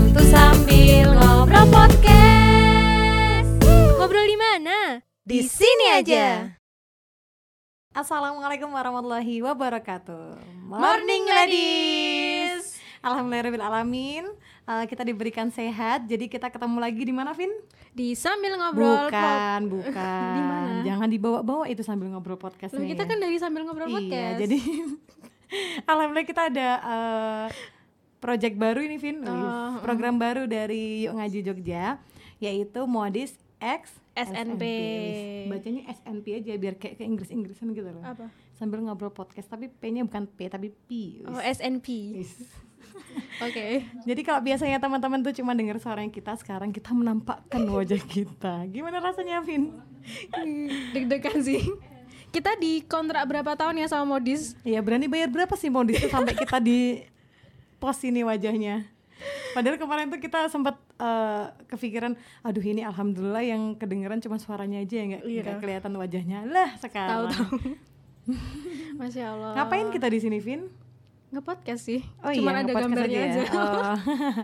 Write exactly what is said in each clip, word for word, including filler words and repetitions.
Welcome to Sambil Ngobrol Podcast. Ngobrol di mana? Di sini aja. Assalamualaikum warahmatullahi wabarakatuh. Morning ladies. Alhamdulillahirrahmanirrahim. uh, Kita diberikan sehat. Jadi kita ketemu lagi di mana, Vin? Di Sambil Ngobrol Bukan, bukan. Di mana? Jangan dibawa-bawa itu Sambil Ngobrol Podcast. Loh, kita kan dari Sambil Ngobrol Podcast. Iya, jadi alhamdulillah kita ada uh, project baru ini, Vin. Oh, Program uh. baru dari Yuk Ngaji Jogja, yaitu Modis X S N P. Bacanya S N P aja biar kayak ke Inggris-Inggrisan gitu loh. Apa? Sambil Ngobrol Podcast, tapi P-nya bukan P tapi P. Oh, S N P. Oke. Okay. Jadi kalau biasanya teman-teman tuh cuma dengar suaranya kita, sekarang kita menampakkan wajah kita. Gimana rasanya, Vin? Deg-degan sih. Kita di kontrak berapa tahun ya sama Modis? Iya, berani bayar berapa sih Modis tuh sampai kita di post ini wajahnya. Padahal kemarin tuh kita sempat uh, kepikiran, aduh ini alhamdulillah yang kedengeran cuma suaranya aja ya, nggak iya. kelihatan wajahnya. Lah sekarang. Tahu-tahu. Masya Allah. Ngapain kita di sini, Vin? Nge-podcast sih. Oh Cuman iya, ada nge-podcast gambarnya aja. aja. Ya? Oh.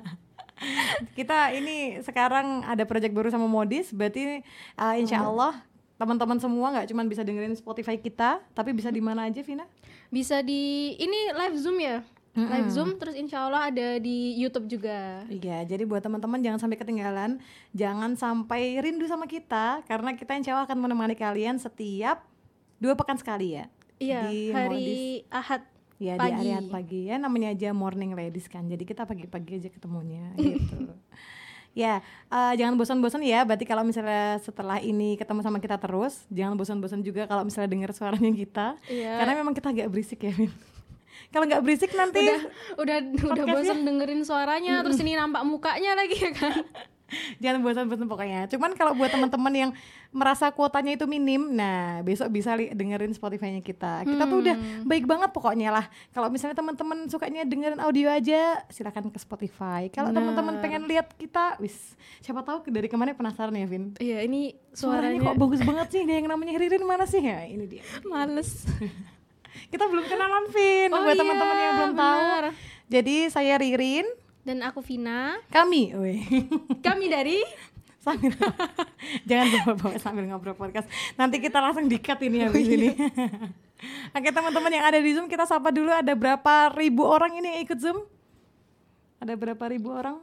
Kita ini sekarang ada project baru sama Modis, berarti uh, insya Allah teman-teman semua nggak cuma bisa dengerin Spotify kita, tapi bisa di mana aja, Vina? Bisa di ini live Zoom ya. Mm-hmm. Live Zoom, terus insya Allah ada di YouTube juga. Iya, jadi buat teman-teman jangan sampai ketinggalan, jangan sampai rindu sama kita, karena kita insya Allah akan menemani kalian setiap dua pekan sekali ya. Iya, di hari Modis. Ahad ya, pagi. di hari Ahad pagi ya, namanya aja morning ladies kan, jadi kita pagi-pagi aja ketemunya gitu. Ya, uh, jangan bosan-bosan ya, berarti kalau misalnya setelah ini ketemu sama kita terus, jangan bosan-bosan juga kalau misalnya dengar suaranya kita, iya. Karena memang kita agak berisik ya, Vin. Kalau nggak berisik nanti udah udah udah bosan dengerin suaranya, mm-hmm. terus ini nampak mukanya lagi ya kan. Jangan bosan-bosan pokoknya. Cuman kalau buat teman-teman yang merasa kuotanya itu minim, nah besok bisa li- dengerin Spotify-nya kita. Kita hmm. tuh udah baik banget pokoknya lah. Kalau misalnya teman-teman sukanya dengerin audio aja, silakan ke Spotify. Kalau teman-teman pengen lihat kita, wis siapa tahu dari kemarin penasaran ya, Vin. Iya, ini suaranya, suaranya kok bagus banget sih. Dia yang namanya Ririn mana sih ya? Ini dia. Males. Kita belum kenalan, Vin. Oh, buat iya, teman-teman yang belum benar. tahu. Jadi saya Ririn dan aku Vina. Kami, weh. Kami dari sambil jangan bawa-bawa Sambil Ngobrol Podcast. Nanti kita langsung di-cut ini habis ini. Oke, teman-teman yang ada di Zoom, kita sapa dulu. Ada berapa ribu orang ini yang ikut Zoom? Ada berapa ribu orang?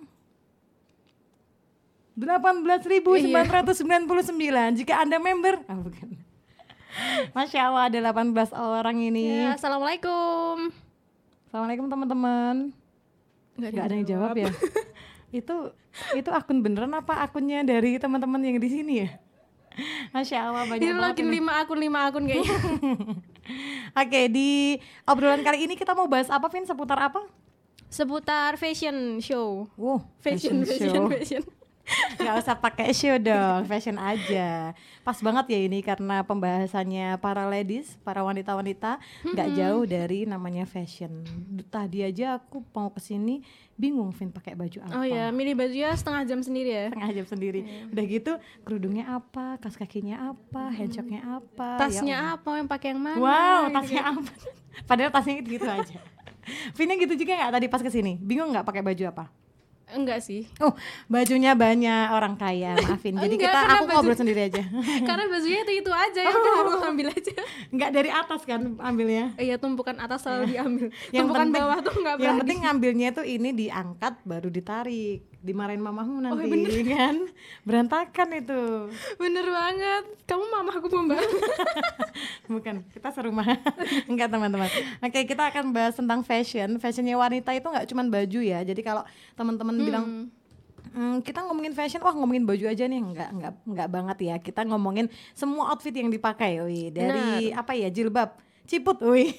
delapan belas ribu sembilan ratus sembilan puluh sembilan. Jika Anda member, ah bukan. Masya Allah, ada delapan belas orang ini. Ya, Assalamualaikum. Assalamualaikum teman-teman. Gak, Gak ada yang jawab, jawab ya. itu itu akun beneran apa akunnya dari teman-teman yang di sini ya? Masya Allah, banyak ini banget. Ini lagi lima akun lima akun kayaknya. Oke, di obrolan kali ini kita mau bahas apa, Vin? Seputar apa? Seputar fashion show. Wow, fashion fashion show. fashion. Gak usah pakai show dong, fashion aja. Pas banget ya ini karena pembahasannya para ladies, para wanita-wanita nggak mm-hmm. jauh dari namanya fashion. Tadi aja aku mau kesini bingung, Vin, pakai baju apa. Oh ya, milih bajunya setengah jam sendiri ya. Setengah jam sendiri. Yeah. Udah gitu kerudungnya apa, kaos kakinya apa, mm-hmm. handshake-nya apa, tasnya ya, apa, yang pakai yang mana? Wow, tasnya gitu. Apa? Padahal tasnya gitu aja. Vinnya gitu juga nggak tadi pas kesini? Bingung nggak pakai baju apa? Enggak sih. Oh, bajunya banyak orang kaya, maafin. Jadi enggak, kita aku baju, ngobrol sendiri aja. Karena bajunya itu itu aja, ya udah aku ambil aja. Enggak dari atas kan ambilnya? Iya, tumpukan atas selalu diambil. Yang tumpukan penting, bawah tuh enggak berani. Yang penting ngambilnya tuh ini diangkat baru ditarik. Dimarahin mamamu nanti, oh, bener. Kan? Berantakan itu. Bener banget. Kamu mamaku Mbak. Bukan, kita serumah. Enggak, teman-teman. Oke, kita akan bahas tentang fashion. Fashionnya wanita itu enggak cuma baju ya. Jadi kalau teman-teman hmm. bilang Hmm, kita ngomongin fashion, wah ngomongin baju aja nih, enggak, enggak, enggak banget ya. Kita ngomongin semua outfit yang dipakai, wih. Dari Benar. apa ya, jilbab, ciput, wih.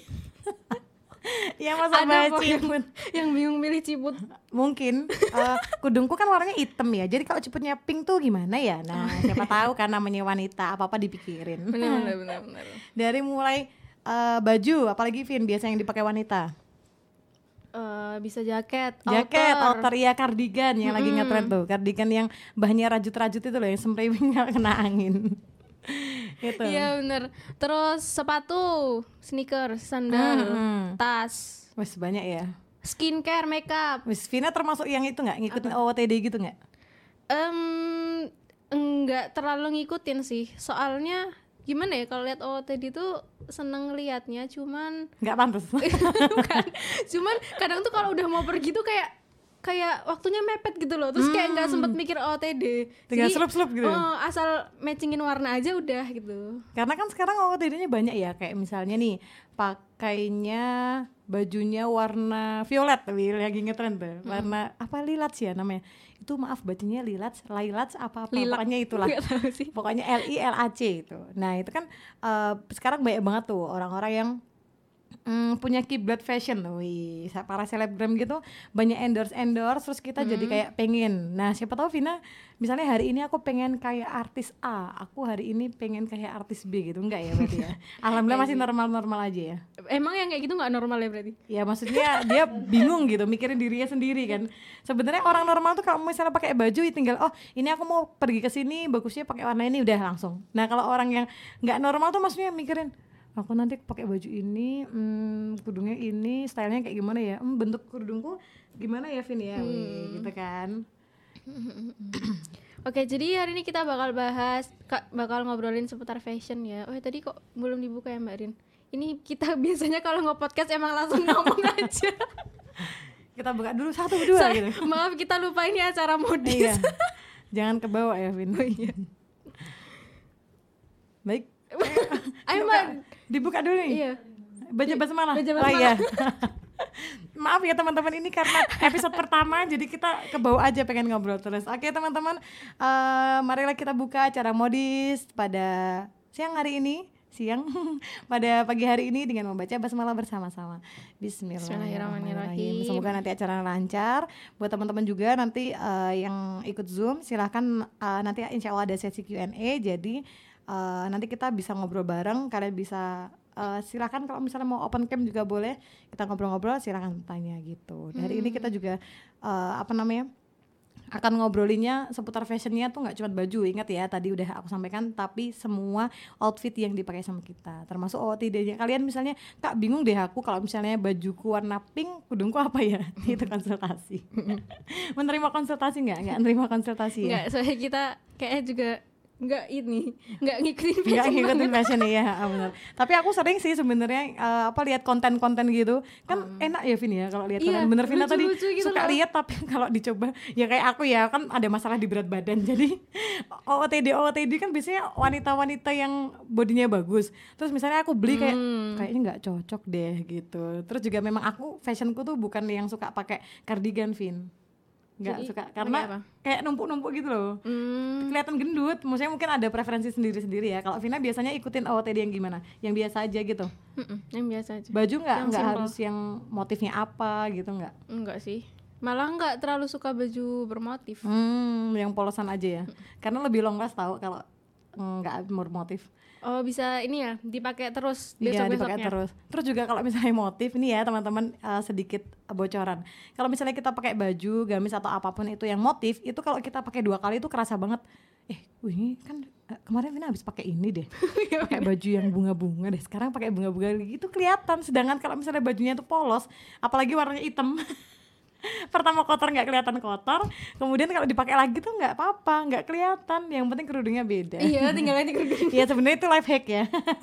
Yang masa bahas ciput, yang bingung milih ciput. Mungkin uh, kudungku kan warnanya hitam ya, jadi kalau ciputnya pink tuh gimana ya? Nah, siapa tahu kan namanya wanita, apa-apa dipikirin. Benar, benar, benar. Dari mulai uh, baju, apalagi Vin, biasa yang dipakai wanita. Uh, bisa jaket, jaket, outer, ya kardigan yang mm-hmm. lagi ngetren tuh, kardigan yang bahannya rajut-rajut itu loh, yang semprewing kena angin. Gitu. Iya bener. Terus sepatu, sneakers, sandal, mm-hmm. tas. Wes banyak ya. skincare, makeup. Miss Vina termasuk yang itu nggak ngikutin O O T D gitu nggak? Um, enggak terlalu ngikutin sih, soalnya gimana ya, kalau lihat O O T D tuh seneng liatnya, cuman Nggak pantas. bukan, cuman kadang tuh kalau udah mau pergi tuh kayak kayak waktunya mepet gitu loh, terus kayak nggak sempet mikir O O T D, Tinggal jadi slup-slup gitu. oh, asal matchingin warna aja udah gitu. Karena kan sekarang O O T D-nya banyak ya, kayak misalnya nih pakainya bajunya warna violet, tapi lagi ngetren tuh, warna apa lilats ya namanya. Itu maaf bacanya lilats, lilats apa apa, Lilac. pokoknya itulah. Nggak tahu sih. Pokoknya L I L A C itu. Nah itu kan uh, sekarang banyak banget tuh orang-orang yang mm, punya kiblat fashion, wih, para selebgram gitu banyak endorse endorse, terus kita jadi kayak pengen. Nah siapa tahu Vina, misalnya hari ini aku pengen kayak artis A, aku hari ini pengen kayak artis B gitu, enggak ya berarti ya? Alhamdulillah masih normal-normal aja ya. Emang yang kayak gitu nggak normal ya berarti? Ya maksudnya dia bingung gitu, mikirin dirinya sendiri kan. Sebenarnya orang normal tuh kalau misalnya pakai baju ya tinggal, oh ini aku mau pergi ke sini, bagusnya pakai warna ini, udah langsung. Nah kalau orang yang nggak normal tuh maksudnya mikirin, aku nanti pakai baju ini, hmm, kerudungnya ini, stylenya kayak gimana ya, hmm, bentuk kerudungku gimana ya Vin ya, wih, gitu kan. Oke, jadi hari ini kita bakal bahas, Kak, bakal ngobrolin seputar fashion ya. Oh tadi kok belum dibuka ya Mbak Rin? Ini kita biasanya kalau nge-podcast emang langsung ngomong aja. Kita buka dulu satu dua Saya, gitu. maaf kita lupa ini acara modis. Iya. Jangan kebawa ya Vin. Oh iya. Baik. Ayo Buka, Mbak. dibuka dulu nih. Iya. Baca basmalah. Baca Oh basmalah. iya. Maaf ya teman-teman, ini karena episode pertama jadi kita kebawa aja pengen ngobrol terus. Oke teman-teman, uh, marilah kita buka acara modis pada siang hari ini, siang pada pagi hari ini dengan membaca basmalah bersama-sama. Bismillahirrahmanirrahim. Semoga nanti acara lancar. Buat teman-teman juga nanti uh, yang ikut Zoom silahkan, uh, nanti insya Allah ada sesi Q and A, jadi uh, nanti kita bisa ngobrol bareng, kalian bisa Uh, silakan kalau misalnya mau open cam juga boleh, kita ngobrol-ngobrol, silakan tanya gitu. Hari hmm. ini kita juga uh, apa namanya akan ngobrolinnya seputar fashionnya tuh nggak cuma baju, ingat ya tadi udah aku sampaikan, tapi semua outfit yang dipakai sama kita, termasuk O O T D-nya. Kalian misalnya, Kak bingung deh aku kalau misalnya bajuku warna pink, kudungku apa ya? Itu konsultasi. Menerima konsultasi nggak? Nggak menerima konsultasi ya? Nggak, soalnya kita kayaknya juga nggak ini nggak ngikutin fashion, nggak ngikutin banget. fashion ya, benar. Tapi aku sering sih sebenarnya uh, apa lihat konten-konten gitu kan, hmm. enak ya Vin ya kalau lihat Iya, konten. Bener Vina tadi gitu suka lihat, tapi kalau dicoba ya kayak aku ya kan ada masalah di berat badan, jadi O O T D O O T D kan biasanya wanita-wanita yang bodinya bagus, terus misalnya aku beli kayak hmm. kayaknya nggak cocok deh gitu. Terus juga memang aku fashionku tuh bukan yang suka pakai cardigan Vin, nggak suka karena kayak numpuk-numpuk gitu loh, hmm. kelihatan gendut. Maksudnya mungkin ada preferensi sendiri-sendiri ya. Kalau Vina biasanya ikutin O O T D yang gimana? Yang biasa aja gitu? Mm-mm, yang biasa aja. Baju nggak nggak simple. harus yang motifnya apa gitu nggak? Enggak sih, malah nggak terlalu suka baju bermotif. Hmm, yang polosan aja ya. Karena lebih longgas tahu kalau nggak bermotif. Oh bisa ini ya dipakai terus Iya, besok-besoknya. dipakai terus. Terus juga kalau misalnya motif ini ya teman-teman, uh, sedikit bocoran. Kalau misalnya kita pakai baju, gamis atau apapun itu yang motif, itu kalau kita pakai dua kali itu kerasa banget. Eh, wih, ini kan uh, kemarin Vina habis pakai ini deh. Pakai baju yang bunga-bunga deh. Sekarang pakai bunga-bunga gitu kelihatan. Sedangkan kalau misalnya bajunya itu polos, apalagi warnanya hitam. Pertama kotor nggak kelihatan kotor, kemudian kalau dipakai lagi tuh nggak apa-apa, nggak kelihatan. Yang penting kerudungnya beda. Iya, tinggal aja kerudung. Iya sebenarnya itu life hack ya.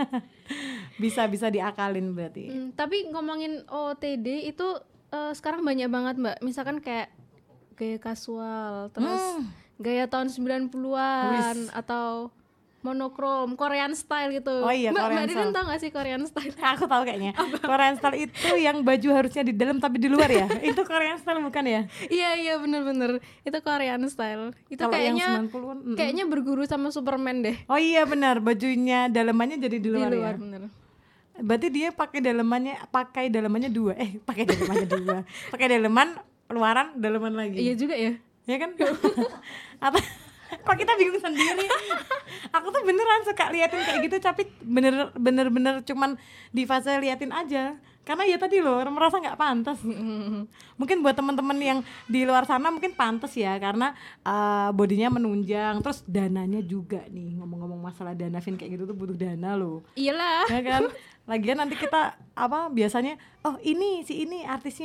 bisa bisa diakalin berarti. Hmm, tapi ngomongin O O T D itu uh, sekarang banyak banget Mbak. Misalkan kayak gaya kasual, terus hmm. gaya tahun sembilan puluhan Wis. Atau monokrom, Korean style gitu. Oh iya, Mbak, Korean Mbak Rin style. tau gak sih Korean style? Aku tahu kayaknya. Korean style itu yang baju harusnya di dalam tapi di luar ya? Itu Korean style bukan ya? Iya iya bener-bener, itu Korean style. Itu Kalau kayaknya yang sembilan puluhan, mm. kayaknya berguru sama Superman deh. Oh iya benar, bajunya dalamannya jadi di luar, di luar ya? Bener. Berarti dia pakai dalamannya pakai dalamannya dua. Eh, pakai dalamannya dua. Pakai dalaman, luaran, dalaman lagi. Iya juga ya. Ya kan? Apa? Kok kita bingung sendiri. Aku tuh beneran suka liatin kayak gitu, tapi bener bener bener cuman di fase liatin aja. Karena ya tadi loh merasa nggak pantas. Mungkin buat teman-teman yang di luar sana mungkin pantas ya, karena uh, bodinya menunjang, terus dananya juga nih. Ngomong-ngomong masalah dana, Vin, kayak gitu tuh butuh dana loh. Iyalah. Ya kan? Lagian nanti kita apa biasanya, oh ini si ini artisnya,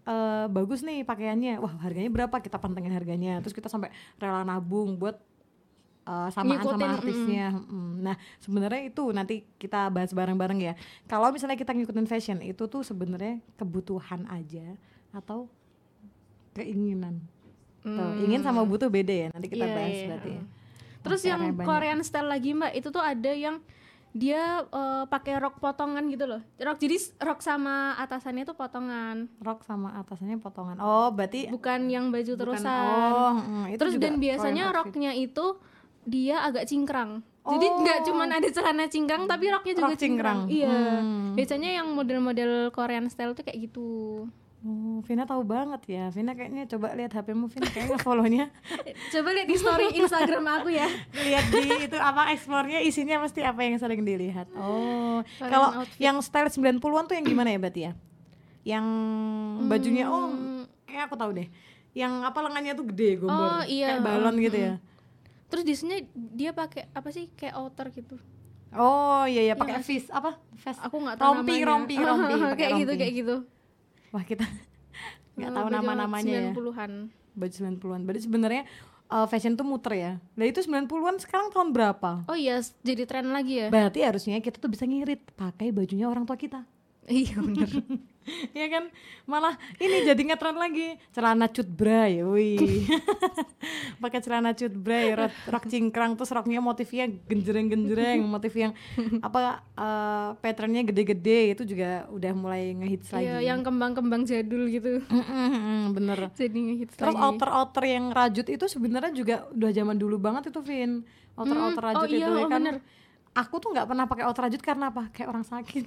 uh, bagus nih pakaiannya, wah harganya berapa, kita pantengin harganya, terus kita sampai rela nabung buat uh, samaan Ngikutin, sama artisnya. mm. Mm. Nah sebenarnya itu nanti kita bahas bareng-bareng ya. Kalau misalnya kita ngikutin fashion itu tuh sebenarnya kebutuhan aja atau keinginan. Hmm. Tuh, ingin sama butuh beda ya, nanti kita Iya, bahas iya. berarti ya. Terus Wah, yang P R-nya banyak. Korean style lagi mbak, itu tuh ada yang dia uh, pakai rok potongan gitu loh, rok jadi s- rok sama atasannya tuh potongan, Rok sama atasannya potongan. Oh berarti bukan yang baju bukan- terusan. oh, mm, itu Terus juga dan biasanya Korean outfit. roknya itu dia agak cingkrang. Jadi nggak Oh. cuman ada celana cingkrang tapi roknya juga Rok cingkrang. cingkrang. Iya. Hmm. Biasanya yang model-model Korean style tuh kayak gitu. Oh, Vina tahu banget ya. Vina kayaknya coba lihat H P-mu, Vina kayaknya follow-nya. Coba lihat di story Instagram aku ya. Lihat di itu apa explore-nya isinya mesti apa yang sering dilihat. Oh, Korean kalau outfit. yang style sembilan puluhan tuh yang gimana ya berarti ya? Yang bajunya oh, kayak aku tahu deh. Yang apa lengannya tuh gede gombor. Oh, iya. Kayak balon gitu ya. Terus di sini dia pakai apa sih kayak outer gitu. Oh, iya ya pakai nggak vis apa? Vest. Aku nggak tahu rompi, namanya. rompi, rompi, pakai kayak gitu rompi. kayak gitu. Wah, kita nggak tahu Baju nama-namanya ya. sembilan puluhan. Baju sembilan puluhan. Berarti sebenarnya uh, fashion tuh muter ya. Lah itu sembilan puluhan sekarang tahun berapa? Oh iya, jadi tren lagi ya. Berarti harusnya kita tuh bisa ngirit pakai bajunya orang tua kita. Iya bener. Ya kan, malah ini jadi ngetren lagi celana cut bray, wih. Pakai celana cut bray, rok, rok cingkrang, terus roknya motifnya genjreng-genjreng, motif yang apa uh, patternnya gede-gede, itu juga udah mulai ngehits lagi. Iya, yang kembang-kembang jadul gitu. Mm-mm, bener. Jadi ngehits Terus lagi. outer-outer yang rajut itu sebenarnya juga udah zaman dulu banget itu, Vin. Outer-outer Hmm, rajut oh iya, itu ya oh kan. bener. Aku tuh nggak pernah pakai outer rajut karena apa? Kayak orang sakit.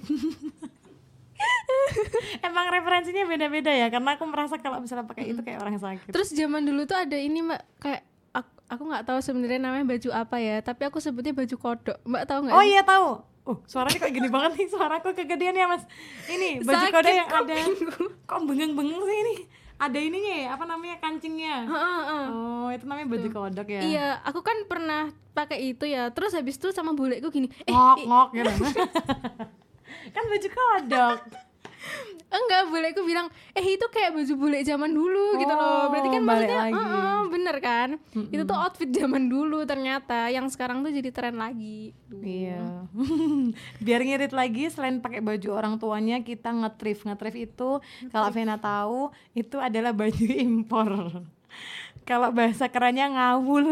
Emang referensinya beda-beda ya, karena aku merasa kalau misalnya pakai itu kayak orang sakit. Terus zaman dulu tuh ada ini mbak, kayak aku aku nggak tahu sebenarnya namanya baju apa ya, tapi aku sebutnya baju kodok. Mbak tahu nggak? Oh sih? iya tahu. Oh, suaranya kok gini banget nih, suaraku kegedean ya Mas. Ini baju Sakit kode yang kok ada. Kok bengeng-bengeng sih ini? Ada ininya ya, apa namanya, kancingnya. Heeh, heeh. Oh, itu namanya baju kodok ya. Iya, aku kan pernah pakai itu ya. Terus habis itu sama bulekku gini, eh Ngok ngok gitu. Kan baju kodok. enggak, bulekku bilang, eh itu kayak baju bulek zaman dulu gitu loh. Oh, Berarti kan balik maksudnya, lagi. heeh, bener kan? Itu tuh outfit zaman dulu ternyata, yang sekarang tuh jadi tren lagi. Duh. Iya. Biar ngirit lagi, selain pakai baju orang tuanya, kita nge-thrift. Nge-thrift itu kalau Vena tahu itu adalah baju impor. Kalau bahasa kerennya ngawul.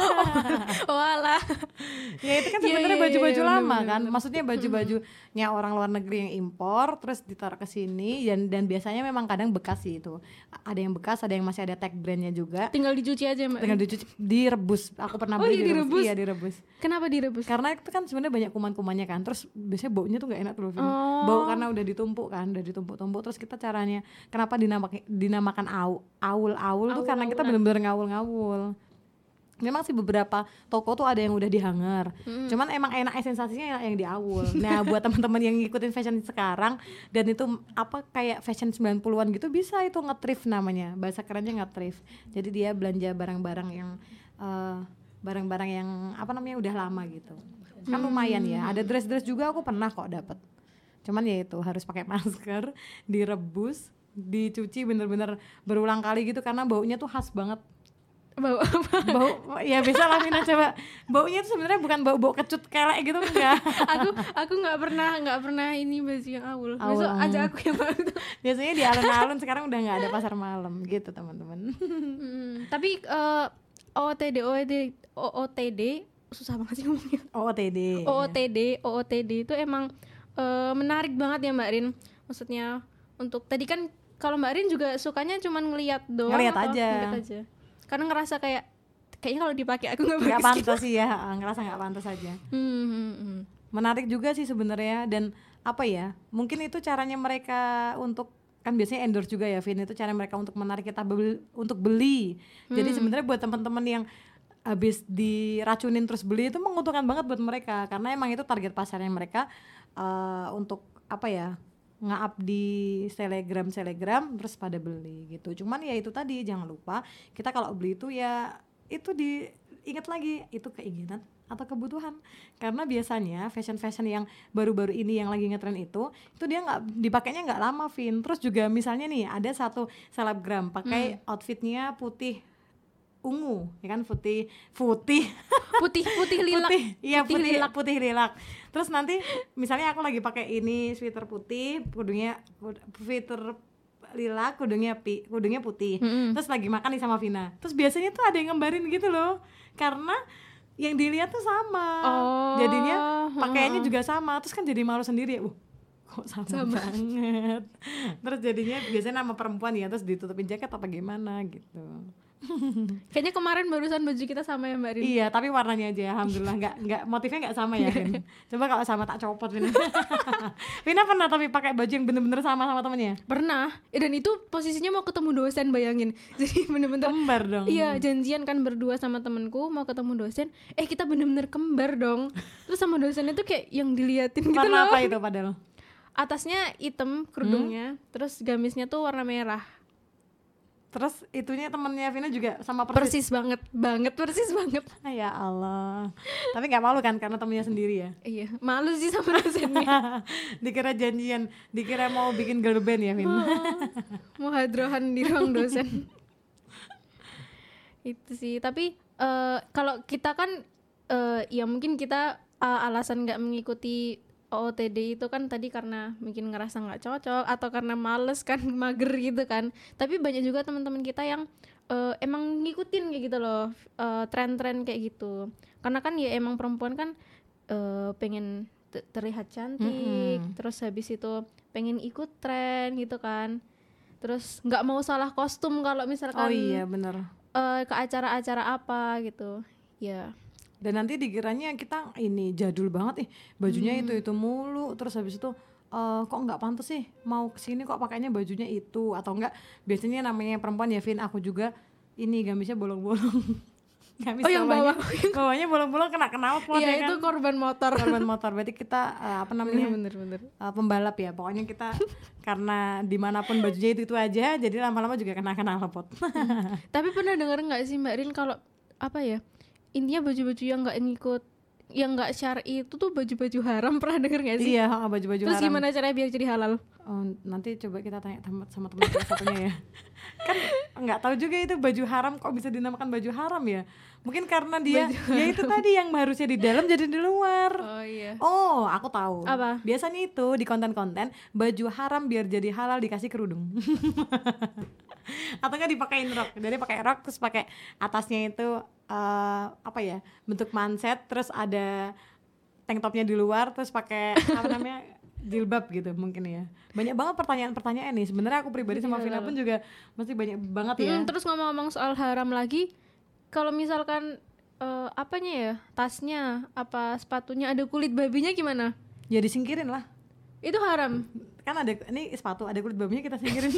Walah. Ya itu kan Iya, sebenarnya iya, baju-baju iya, lama bener, kan. bener. Maksudnya baju-bajunya orang luar negeri yang impor terus ditaruh ke sini, dan dan biasanya memang kadang bekas sih itu. Ada yang bekas, ada yang masih ada tag brandnya juga. Tinggal dicuci aja mbak. Tinggal dicuci, direbus. Aku pernah Oh, beli iya, direbus? Iya, direbus. Kenapa direbus? Karena itu kan sebenarnya banyak kuman-kumannya kan, terus biasanya baunya tuh nggak enak tuh, Vin. Oh. Bau karena udah ditumpuk kan, udah ditumpuk-tumpuk. Terus kita caranya kenapa dinamakan dinamakan au, aul-aul tuh karena kita Aul-aulan. bener-bener ngawul-ngawul. Memang sih beberapa toko tuh ada yang udah dihanger, cuman emang enak sensasinya yang di awul. Nah buat teman-teman yang ngikutin fashion sekarang dan itu apa kayak fashion sembilan puluhan gitu, bisa itu nge-thrift namanya, bahasa kerennya nge-thrift. Jadi dia belanja barang-barang yang uh, barang-barang yang apa namanya udah lama gitu, kan lumayan ya. Ada dress-dress juga aku pernah kok dapet, cuman ya itu harus pakai masker, direbus, dicuci bener-bener berulang kali gitu karena baunya tuh khas banget. Bau apa? Bau ya bisa lah Vina, coba. Baunya tuh sebenarnya bukan bau-bau kecut kelek gitu, enggak. aku aku nggak pernah nggak pernah ini baju yang awul. Awul, Besok hmm. aja aku yang baru. Biasanya di alun-alun sekarang udah nggak ada pasar malam gitu teman-teman. Hmm, tapi eh, O O T D O O T D O O T D susah banget sih ngomongnya. O O T D. O O T D O O T D itu emang eh, menarik banget ya Mbak Rin. Maksudnya untuk tadi kan kalau Mbak Rin juga sukanya cuman ngelihat doang. Ngeliat atau aja. ngeliat aja. Karena ngerasa kayak kayaknya kalau dipakai aku nggak Nggak bagus. pantas sih ya, ngerasa nggak pantas aja. Hmm, hmm, hmm. Menarik juga sih sebenarnya, dan apa ya? Mungkin itu caranya mereka untuk, kan biasanya endorse juga ya, Vin, itu cara mereka untuk menarik kita beli, untuk beli. Jadi sebenarnya buat teman-teman yang habis diracunin terus beli itu menguntungkan banget buat mereka, karena emang itu target pasarnya mereka uh, untuk apa ya? Nge-up di Telegram Telegram terus pada beli gitu. Cuman ya itu tadi, jangan lupa kita kalau beli itu ya itu diingat lagi, itu keinginan atau kebutuhan. Karena biasanya fashion-fashion yang baru-baru ini yang lagi ngetren itu, itu dia nggak dipakainya nggak lama, Vin. Terus juga misalnya nih ada satu selebgram pakai hmm. outfitnya putih ungu, ya kan, putih putih putih putih lilak, putih, iya putih, putih lilak putih lilak. Terus nanti misalnya aku lagi pakai ini sweater putih, kudungnya sweater lilak, kudungnya pi, kudungnya putih. Mm-hmm. Terus lagi makan nih sama Vina. Terus biasanya tuh ada yang ngembarin gitu loh, karena yang dilihat tuh sama, oh. jadinya pakaiannya juga sama. Terus kan jadi malu sendiri ya, uh kok sama, sama banget. Terus jadinya biasanya nama perempuan ya, terus ditutupin jaket apa gimana gitu. Kayaknya kemarin barusan baju kita sama ya Mbak Rin. Iya, tapi warnanya aja alhamdulillah nggak nggak motifnya nggak sama ya Vin. Coba kalau sama tak copot Vina. Vina pernah tapi pakai baju yang bener-bener sama sama temennya? Pernah. Dan itu posisinya mau ketemu dosen, bayangin. Jadi bener-bener kembar dong. Iya, janjian kan berdua sama temenku mau ketemu dosen. Eh kita bener-bener kembar dong. Terus sama dosennya tuh kayak yang diliatin gitu loh. Warna apa itu padahal? Atasnya hitam kerudungnya, hmm? terus gamisnya tuh warna merah. Terus itunya temennya Vina juga sama persis, persis banget, banget persis banget. Ya Allah. Tapi nggak malu kan karena temennya sendiri ya? Iya, malu sih sama dosennya. Dikira janjian, dikira mau bikin girl band ya Vin? Oh, mau hadrohan di ruang dosen. Itu sih. Tapi uh, kalau kita kan, uh, ya mungkin kita uh, alasan nggak mengikuti O O T D itu kan tadi karena mungkin ngerasa nggak cocok atau karena males kan, mager gitu kan. Tapi banyak juga teman-teman kita yang uh, emang ngikutin kayak gitu loh, uh, tren-tren kayak gitu. Karena kan ya emang perempuan kan uh, pengen t- terlihat cantik, mm-hmm. terus habis itu pengen ikut tren gitu kan. Terus nggak mau salah kostum kalau misalkan oh iya bener uh, ke acara-acara apa gitu ya. Dan nanti dikiranya kita ini jadul banget ih, bajunya hmm. itu itu mulu. Terus habis itu uh, kok nggak pantas sih mau kesini kok pakainya bajunya itu, atau enggak biasanya namanya perempuan ya Vin, aku juga ini gamisnya bolong-bolong. Gamis oh yang bawah bawahnya bolong-bolong kena knalpot ya, ya itu kan? korban motor korban motor berarti kita uh, apa namanya bener-bener uh, pembalap ya pokoknya kita. Karena dimanapun bajunya itu itu aja, jadi lama-lama juga kena knalpot. hmm. Tapi pernah denger nggak sih Mbak Rin kalau apa ya, intinya baju-baju yang nggak ngikut, yang nggak syar'i itu tuh baju-baju haram, pernah denger nggak sih? Iya, baju-baju Terus haram. Terus gimana caranya biar jadi halal? Oh, nanti coba kita tanya sama teman kita satunya ya. Kan nggak tahu juga itu baju haram kok bisa dinamakan baju haram ya. Mungkin karena dia ya itu tadi yang harusnya di dalam jadi di luar. Oh iya. Oh, aku tahu. Apa? Biasanya itu di konten-konten baju haram biar jadi halal dikasih kerudung. Atau nggak dipakein rok. Jadi pakai rok terus pakai atasnya itu uh, apa ya? Bentuk manset, terus ada tank topnya di luar, terus pakai apa namanya? jilbab gitu mungkin ya. Banyak banget pertanyaan-pertanyaan nih. Sebenarnya aku pribadi sama Vina pun juga masih banyak banget ya. Hmm, terus ngomong-ngomong soal haram lagi, kalau misalkan uh, apanya ya, tasnya, apa sepatunya ada kulit babinya gimana? Ya disingkirin lah. Itu haram. Kan ada ini sepatu ada kulit babinya kita singkirin.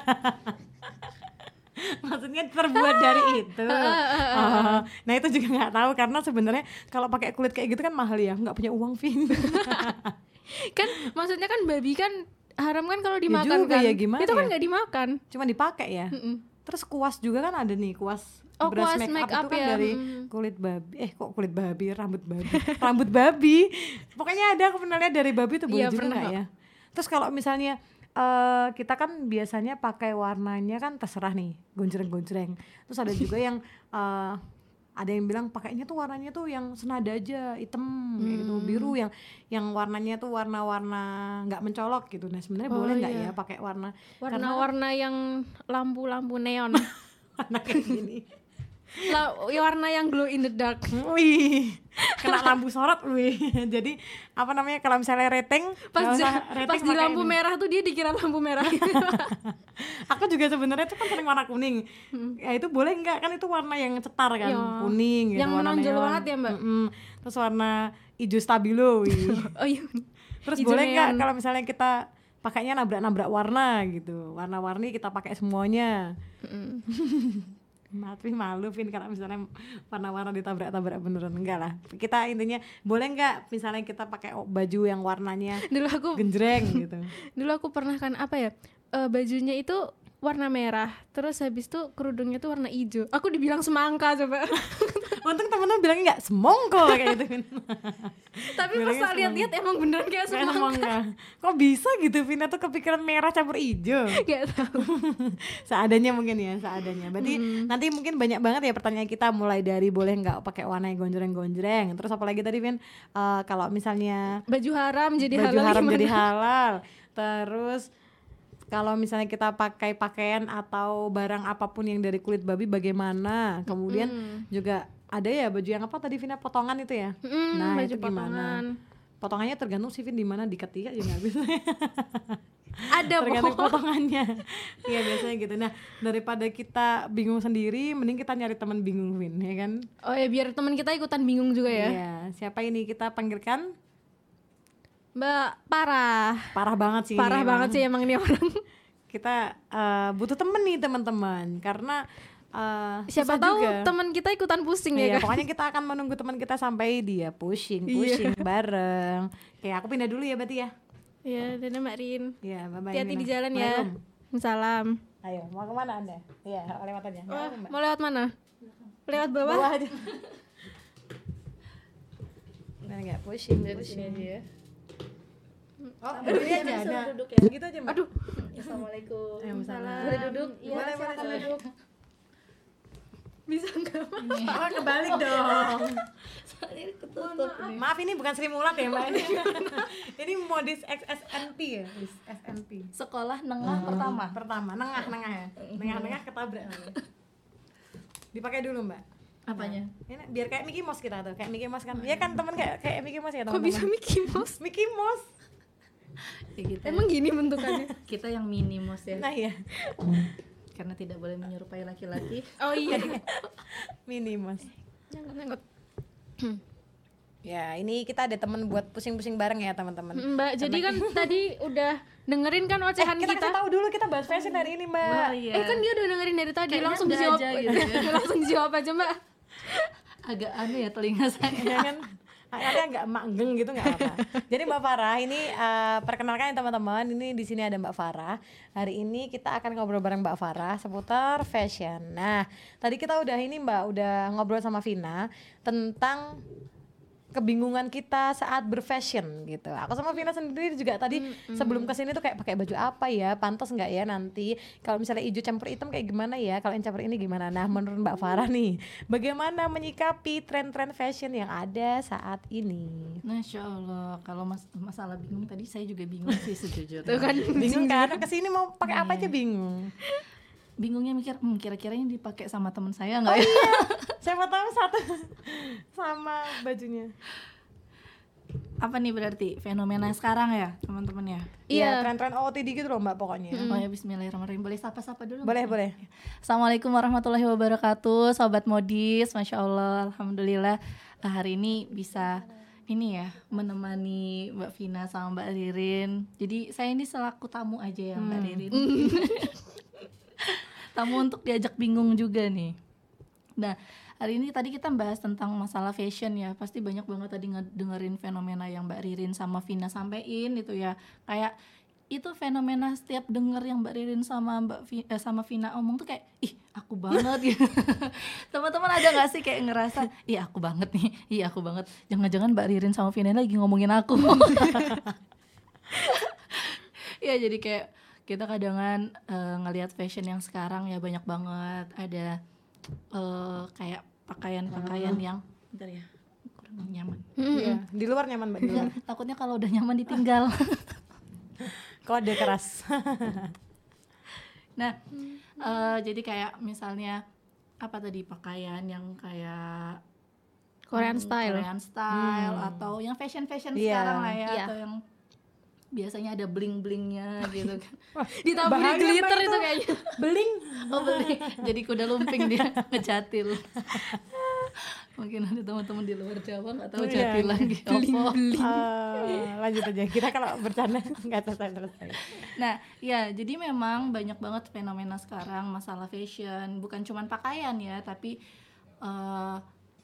Maksudnya terbuat dari itu. Oh, nah itu juga nggak tahu karena sebenarnya kalau pakai kulit kayak gitu kan mahal ya. Nggak punya uang Vin. Kan maksudnya kan babi kan haram kan kalau dimakan ya juga, kan ya gimana itu kan ya? Nggak dimakan, cuma dipakai ya. Mm-mm. Terus kuas juga kan ada nih, kuas oh, brush kuas make, make up, up itu kan ya. dari mm. kulit babi eh kok kulit babi rambut babi rambut babi pokoknya ada, aku pernah lihat dari babi itu boleh ya, juga nggak ya. Terus kalau misalnya uh, kita kan biasanya pakai warnanya kan terserah nih, gonjreng-gonjreng. Terus ada juga yang uh, ada yang bilang pakainya tuh warnanya tuh yang senada aja, hitam hmm. kayak gitu, biru yang yang warnanya tuh warna-warna nggak mencolok gitu. Nah sebenarnya oh, boleh nggak iya. ya pakai warna warna-warna yang lampu-lampu neon warna kayak gini. La- warna yang glow in the dark. Wih, kena lampu sorot, wih. Jadi apa namanya kalau misalnya rating, pas, rating pas di lampu ini. Merah tuh dia dikira lampu merah. Aku juga sebenarnya tuh kan sering warna kuning. Hmm. Ya itu boleh nggak? Kan itu warna yang cetar kan, ya. kuning. Gitu, yang menonjol banget ya Mbak. Mm-mm. Terus warna hijau stabilo, wih. Oh iya. Terus hijau boleh nggak kalau misalnya kita pakainya nabrak-nabrak warna gitu, warna-warni kita pakai semuanya. Tapi malu Vin kalau misalnya warna-warna ditabrak-tabrak beneran. Enggak lah, kita intinya boleh nggak misalnya kita pakai baju yang warnanya dulu aku genjreng gitu. Dulu aku pernah kan apa ya, uh, bajunya itu warna merah, terus habis itu kerudungnya tuh warna hijau. Aku dibilang semangka coba. Untung temen-temen bilangnya nggak semongko kayak gitu Vin. Tapi pas tak lihat-lihat emang beneran kayak semangka. semangka. Kok bisa gitu Vina tuh kepikiran merah campur hijau? Gak tahu. Seadanya mungkin ya, seadanya. Berarti Hmm. nanti mungkin banyak banget ya pertanyaan kita, mulai dari boleh nggak pakai warna yang gonjreng-gonjreng. Terus apalagi tadi Vin, uh, kalau misalnya Baju haram jadi baju halal haram gimana? jadi halal. Terus kalau misalnya kita pakai pakaian atau barang apapun yang dari kulit babi bagaimana? Kemudian Hmm. juga ada ya baju yang apa tadi Vina, potongan itu ya? Mm, Nah, baju itu gimana? potongan. Potongannya tergantung sih Vin di mana, diikat ya nggak bisa. Ada Tergantung po. potongannya. Iya biasanya gitu. Nah, daripada kita bingung sendiri, mending kita nyari teman bingung Vin, ya kan? Oh ya, biar teman kita ikutan bingung juga ya. Iya, siapa ini kita panggilkan? Mbak Parah. Parah banget sih. Parah ini banget emang. sih emang ini orang. Kita uh, butuh temen nih teman-teman, karena uh, Siapa susah tahu juga. teman kita ikutan pusing Iya, ya kan. pokoknya kita akan menunggu teman kita sampai dia pushing, Iya. pushing bareng. Kayak aku pindah dulu ya berarti ya. Iya, dadah Mbak Rin. Iya, bye-bye. Hati-hati Mina. di jalan ya. Waalaikumsalam. Salam. Ayo, mau kemana anda? Iya, lewat aja. Wah, Mbak. mau lewat mana? Lewat bawah? Bawah aja. Nah, enggak pushing, pushing. aja ya. Oh, berdiri aja. Nah, duduk ya. gitu aja, Mbak. Aduh. Assalamualaikum. Waalaikumsalam. Boleh duduk? Iya, boleh, boleh, silakan boleh. duduk. Bisa enggak? Oh, kebalik dong. Soalnya ketutup nih. Maaf, ini bukan Sri Mulat ya, Mbak. Ini, ini modis X S N P ya, S N P. Sekolah nengah pertama. Pertama, nengah-nengah ya. Nengah-nengah ketabrak. Dipakai dulu, Mbak. Apanya? Ini biar kayak Mickey Mouse kita tuh, kayak Mickey Mouse kan. Iya kan teman kayak kayak Mickey Mouse ya, Kok teman-teman. bisa Mickey Mouse? Mickey Mouse. Ya kita, Emang gini bentukannya? kita yang minimos ya. Nah, iya. Karena tidak boleh menyerupai laki-laki. Oh iya. Mini Mouse. Nyangkut-nyangkut. Ya, ini kita ada teman buat pusing-pusing bareng ya, teman-teman. Mbak, jadi kan tadi udah dengerin kan Eh, ocehan kita kita. kasih tahu dulu kita bahas fashion hari ini, Mbak. Oh iya. Eh kan dia udah dengerin dari tadi, Kayaknya langsung ada dijawab aja gitu ya. langsung dijawab aja Mbak. Agak aneh ya telinga saya. Jangan ada nggak emak geng gitu nggak apa. Jadi Mbak Farah ini uh, perkenalkan ya teman-teman, ini di sini ada Mbak Farah. Hari ini kita akan ngobrol bareng Mbak Farah seputar fashion. Nah, tadi kita udah ini Mbak udah ngobrol sama Vina tentang kebingungan kita saat berfashion gitu. Aku sama Vina sendiri juga tadi mm-hmm. sebelum kesini tuh kayak pakai baju apa ya, pantas nggak ya nanti kalau misalnya hijau campur hitam kayak gimana ya, kalau yang campur ini gimana. Nah, menurut Mbak Farah nih, bagaimana menyikapi tren-tren fashion yang ada saat ini? Masya Allah, kalau mas masalah bingung tadi saya juga bingung sih sejujurnya. Tuh kan Bingung kan? Kesini mau pakai apa aja Iya. bingung. Bingungnya mikir, hmm, kira-kira ini dipakai sama teman saya nggak Oh ya? iya, siapa tahu satu sama bajunya. Apa nih berarti fenomena sekarang ya teman-teman ya? Iya, Iya. tren-tren O O T D gitu loh Mbak pokoknya. Oh ya Bismillahirrahmanirrahim. Boleh sapa-sapa dulu? Boleh, Mas? boleh. Assalamualaikum warahmatullahi wabarakatuh, Sobat Modis. Masya Allah, Alhamdulillah eh, hari ini bisa ini ya menemani Mbak Vina sama Mbak Ririn. Jadi saya ini selaku tamu aja ya Mbak Ririn. Tamu untuk diajak bingung juga nih. Nah, hari ini tadi kita bahas tentang masalah fashion ya. Pasti banyak banget tadi ngedengerin fenomena yang Mbak Ririn sama Vina sampein itu ya. Kayak itu fenomena setiap denger yang Mbak Ririn sama Mbak Vi, eh, sama Vina omong tuh kayak ih aku banget gitu. Teman-teman ada nggak sih kayak ngerasa iya aku banget nih, iya aku banget. Jangan-jangan Mbak Ririn sama Vina lagi ngomongin aku. Ya jadi kayak kita kadangan uh, ngelihat fashion yang sekarang ya banyak banget ada uh, kayak pakaian-pakaian yang bentar ya kurang nyaman. Iya, di luar nyaman Mbak, di luar. Takutnya kalau udah nyaman ditinggal. Kode keras. Nah, uh, jadi kayak misalnya apa tadi pakaian yang kayak Korean hmm, style. Korean style atau yang fashion-fashion Iya. sekarang lah ya Iya. atau yang biasanya ada bling-blingnya gitu kan. Ditaburi Bahaya, glitter Mbak, itu kayaknya. Beling. Oh beli, jadi kuda lumping dia ngejatil. Mungkin ada teman-teman di luar Jawa nggak tahu Iya. jatil lagi. Apa? Eh, lanjut aja. Kita kalau bercanda nggak selesai-selesai. Nah, ya jadi memang banyak banget fenomena sekarang masalah fashion, bukan cuman pakaian ya, tapi uh,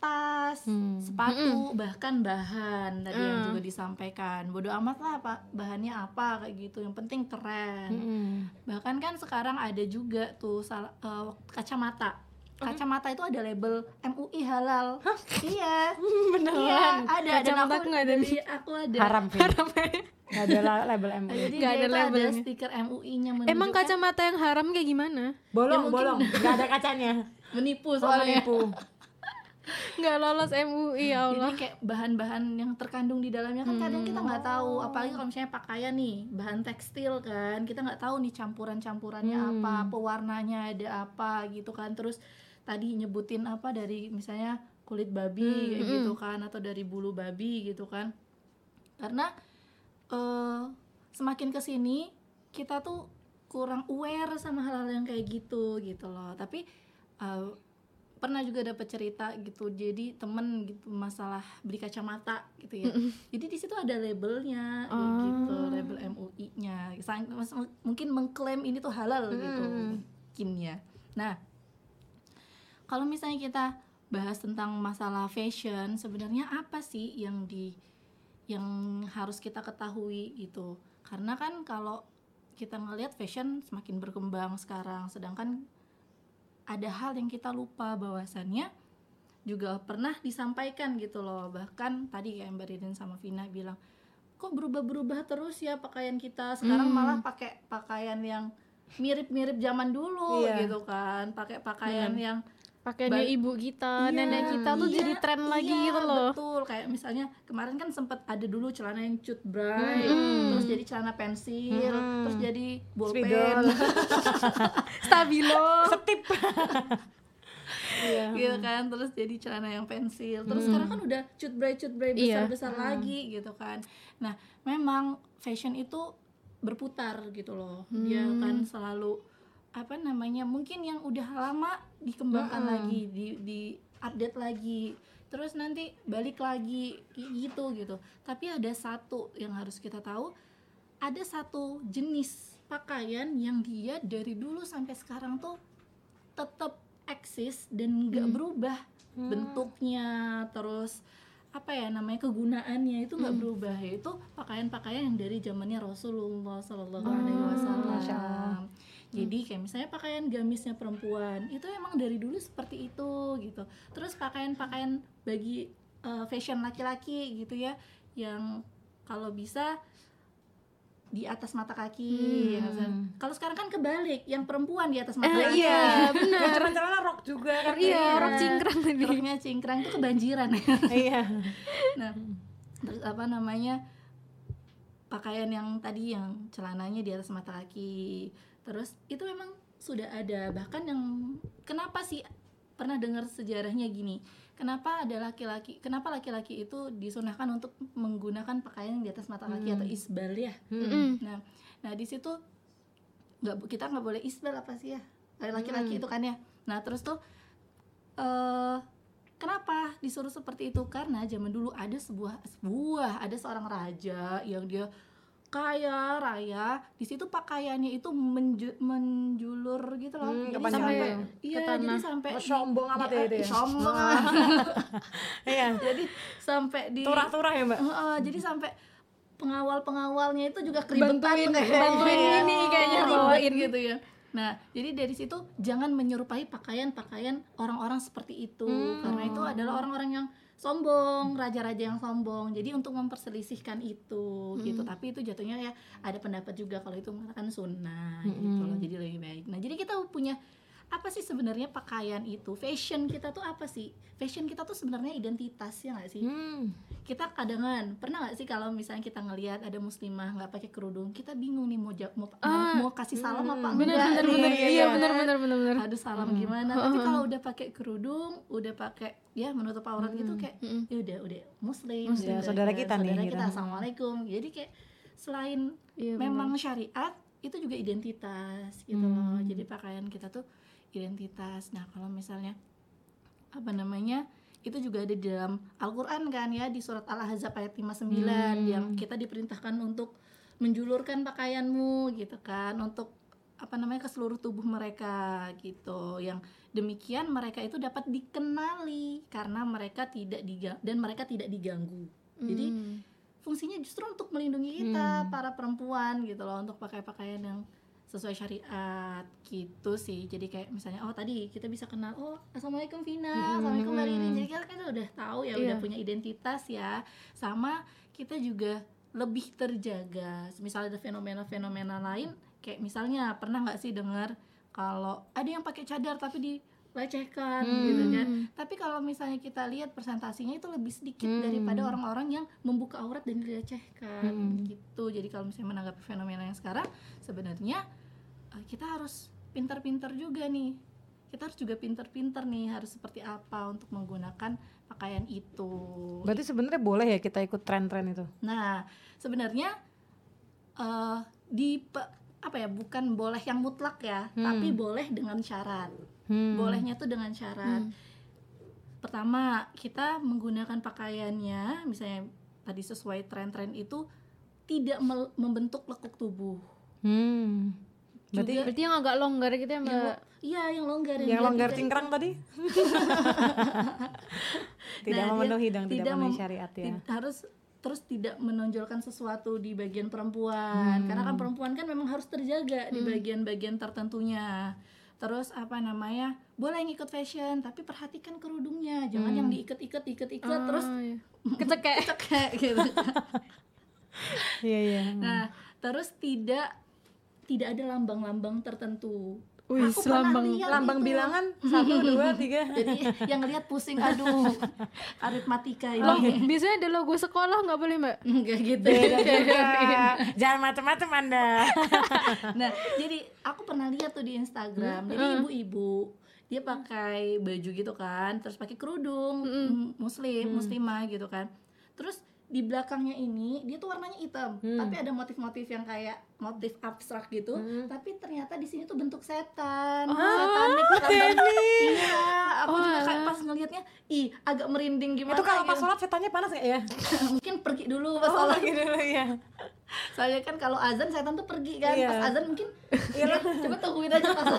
tas, Hmm. sepatu, bahkan bahan tadi yang juga disampaikan. Bodo amat lah pak bahannya apa kayak gitu, yang penting keren. Mm-mm. Bahkan kan sekarang ada juga tuh sal- uh, kacamata. Kacamata itu ada label M U I halal. Iya. Beneran. Iya, ada. Dan Kacamata aku aku nggak ada nih. iya, aku ada. Haram Vin. Nggak ada la- label M U I. Jadi Nggak dia ada itu ada labelnya. stiker M U I-nya Emang menunjukkan kacamata yang haram kayak gimana? Bolong, Ya, mungkin- bolong. Nggak ada kacanya. menipu Soalnya soalnya. Nggak lolos M U I, ya Allah. Jadi kayak bahan-bahan yang terkandung di dalamnya kan kadang kita nggak tahu, apalagi kalau misalnya pakaian nih, bahan tekstil kan, kita nggak tahu nih campuran-campurannya apa, pewarnanya ada apa gitu kan. Terus tadi nyebutin apa dari misalnya kulit babi kayak gitu kan, atau dari bulu babi gitu kan. Karena eh, semakin kesini kita tuh kurang aware sama hal-hal yang kayak gitu gitu loh. Tapi eh, pernah juga dapat cerita gitu, jadi temen gitu masalah beli kacamata gitu ya. Jadi di situ ada labelnya kayak gitu, label M U I-nya. Sang- mas- mungkin mengklaim ini tuh halal gitu mungkin ya. Nah, kalau misalnya kita bahas tentang masalah fashion, sebenarnya apa sih yang di yang harus kita ketahui gitu. Karena kan kalau kita ngelihat fashion semakin berkembang sekarang, sedangkan ada hal yang kita lupa bahwasannya juga pernah disampaikan gitu loh. Bahkan tadi kayak Mbak Ririn sama Vina bilang, kok berubah-berubah terus ya pakaian kita sekarang, malah pakai pakaian yang mirip-mirip zaman dulu Iya. gitu kan, pakai pakaian yang Pakaiannya Ba- ibu kita, Iya, nenek kita tuh iya, jadi tren lagi iya, gitu loh. betul. Kayak misalnya kemarin kan sempat ada dulu celana yang cut bray, terus jadi celana pensil, terus jadi bolpen. Spidol. Stabilo. Setip. Iya. Gitu kan, terus jadi celana yang pensil. Terus sekarang kan udah cut bray cut bray Iya. besar-besar lagi gitu kan. Nah, memang fashion itu berputar gitu loh. Dia kan selalu apa namanya, mungkin yang udah lama dikembangkan lagi, di di update lagi, terus nanti balik lagi kayak gitu gitu. Tapi ada satu yang harus kita tahu, ada satu jenis pakaian yang dia dari dulu sampai sekarang tuh tetap eksis dan nggak berubah bentuknya, terus apa ya namanya, kegunaannya itu nggak berubah, yaitu pakaian-pakaian yang dari zamannya Rasulullah Shallallahu Alaihi Wasallam. Jadi kayak misalnya pakaian gamisnya perempuan itu emang dari dulu seperti itu gitu. Terus pakaian-pakaian bagi uh, fashion laki-laki gitu ya, yang kalau bisa di atas mata kaki. Ya, kalau sekarang kan kebalik, yang perempuan di atas mata Eh, kaki. iya, Ya, benar. celana rok juga kan. Iya, rok cingkrang tadi. Roknya cingkrang itu kebanjiran. Iya. Nah, terus apa namanya, pakaian yang tadi yang celananya di atas mata kaki, terus itu memang sudah ada. Bahkan yang kenapa sih pernah dengar sejarahnya gini, kenapa ada laki-laki, kenapa laki-laki itu disunahkan untuk menggunakan pakaian di atas mata kaki atau isbal ya. Nah, nah di situ nggak, kita nggak boleh isbal apa sih ya, laki-laki itu kan ya. Nah terus tuh eh kenapa disuruh seperti itu? Karena zaman dulu ada sebuah sebuah ada seorang raja yang dia kaya raya, di situ pakaiannya itu menju, menjulur gitu loh. Hmm, Jadi kepanjangan sampai ya? iya, Ke jadi tanah. sampai Oh, di- sombong amat di- ya itu ya? sombong. Iya. Jadi sampai di Turah-turah ya, Mbak. Heeh, jadi sampai pengawal-pengawalnya itu juga keribetan Bantuin, kayak bantuin gitu. ini kayaknya Ribet bawain. gitu ya. Nah, jadi dari situ jangan menyerupai pakaian-pakaian orang-orang seperti itu, karena itu adalah orang-orang yang sombong, raja-raja yang sombong. Jadi untuk memperselisihkan itu gitu. Tapi itu jatuhnya ya ada pendapat juga kalau itu mengatakan sunnah gitu loh. Jadi lebih baik. Nah, jadi kita punya apa sih sebenarnya pakaian itu? Fashion kita tuh apa sih? Fashion kita tuh sebenarnya identitas, ya nggak sih? Hmm. Kita kadangan pernah nggak sih kalau misalnya kita ngelihat ada muslimah nggak pakai kerudung, kita bingung nih mau ja- mau, Ah, mau kasih salam apa Bener enggak bener nih, bener. ya Iya kan? bener bener bener bener. Aduh salam gimana? Tapi kalau udah pakai kerudung, udah pakai ya menutup aurat gitu, kayak ya udah udah muslim, Ya, udah, saudara kan, kita nih, saudara gitu. kita, assalamualaikum. Jadi kayak selain Iya, memang syariat, itu juga identitas gitu loh. Jadi pakaian kita tuh identitas. Nah kalau misalnya apa namanya, itu juga ada di dalam Al-Quran kan ya, di surat Al-Ahzab ayat lima puluh sembilan, yang kita diperintahkan untuk menjulurkan pakaianmu gitu kan, untuk apa namanya ke seluruh tubuh mereka gitu. Yang demikian mereka itu dapat dikenali karena mereka tidak diga- dan mereka tidak diganggu. Jadi Hmm. fungsinya justru untuk melindungi kita para perempuan gitu loh, untuk pakai pakaian yang sesuai syariat gitu sih. Jadi kayak misalnya oh tadi kita bisa kenal, oh assalamualaikum Vina, assalamualaikum Mbak Ririn. Jadi kita kan udah tahu ya, Iya. udah punya identitas ya. Sama kita juga lebih terjaga. Misalnya ada fenomena-fenomena lain, kayak misalnya pernah nggak sih dengar kalau ada yang pakai cadar tapi dilecehkan gitu kan. Tapi kalau misalnya kita lihat persentasinya itu lebih sedikit daripada orang-orang yang membuka aurat dan dilecehkan gitu. Jadi kalau misalnya menanggapi fenomena yang sekarang, sebenarnya uh, kita harus pintar-pintar juga nih. Kita harus juga pintar-pintar nih harus seperti apa untuk menggunakan pakaian itu. Berarti sebenarnya boleh ya kita ikut tren-tren itu? Nah, sebenarnya uh, di pe- apa ya, bukan boleh yang mutlak ya, tapi boleh dengan syarat. Hmm. Bolehnya tuh dengan syarat. Pertama, kita menggunakan pakaiannya misalnya tadi sesuai tren-tren itu tidak mel- membentuk lekuk tubuh. Hmm. Berarti Juga Berarti yang agak longgar gitu ya yang Mbak? lo- iya yang longgar yang dia longgar tidak- cingkrang tadi tidak Nah, dia memenuhi dong, tidak, tidak memenuhi mem- syariat ya. ti- harus terus tidak menonjolkan sesuatu di bagian perempuan, karena kan perempuan kan memang harus terjaga di bagian-bagian tertentunya. Terus apa namanya, boleh ngikut fashion tapi perhatikan kerudungnya, jangan yang diikat-ikat ikat-ikat terus Oh, iya. Kecekek. cekek gitu. Iya iya. Nah, terus tidak tidak ada lambang-lambang tertentu. Wih, Aku pernah lambang- lihat Lambang itu. bilangan satu dua tiga. Jadi yang ngeliat pusing, aduh, aritmatika ini. Loh, biasanya ada logo sekolah nggak boleh Mbak? Enggak gitu. Beda juga. Jangan macam-macam Anda. Nah, jadi aku pernah lihat tuh di Instagram. Jadi ibu-ibu dia pakai baju gitu kan, terus pakai kerudung m- muslim, muslimah gitu kan. Terus di belakangnya ini dia tuh warnanya hitam, tapi ada motif-motif yang kayak motif abstrak gitu. Tapi ternyata di sini tuh bentuk setan, satanik, lambang. Iya, aku juga kayak pas ngelihatnya, ih agak merinding gimana. Itu kalau pas gitu. sholat setannya panas nggak ya? Mungkin pergi dulu pas Oh, sholat. gitu dulu ya. Soalnya kan kalau azan setan tuh pergi kan, Iya. pas azan mungkin dia coba tungguin aja pas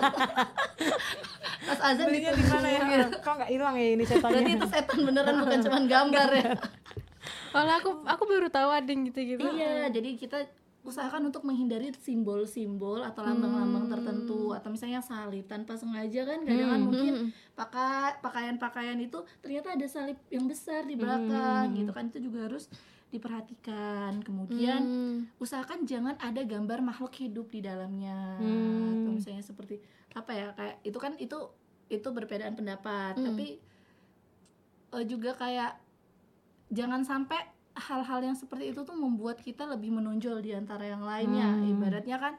pas azan Belinya di mana ya? Kok nggak hilang ya ini setannya? Berarti itu setan beneran bukan cuma gambar ya. Kalau aku aku baru tahu ada yang gitu-gitu. Iya, jadi kita usahakan untuk menghindari simbol-simbol atau lambang-lambang tertentu, atau misalnya salib tanpa sengaja kan kadang kan mungkin pakai pakaian-pakaian itu ternyata ada salib yang besar di belakang gitu kan, itu juga harus diperhatikan. Kemudian usahakan jangan ada gambar makhluk hidup di dalamnya, atau misalnya seperti apa ya, kayak itu kan itu itu perbedaan pendapat, tapi eh, juga kayak jangan sampai hal-hal yang seperti itu tuh membuat kita lebih menonjol di antara yang lainnya. Ibaratnya kan,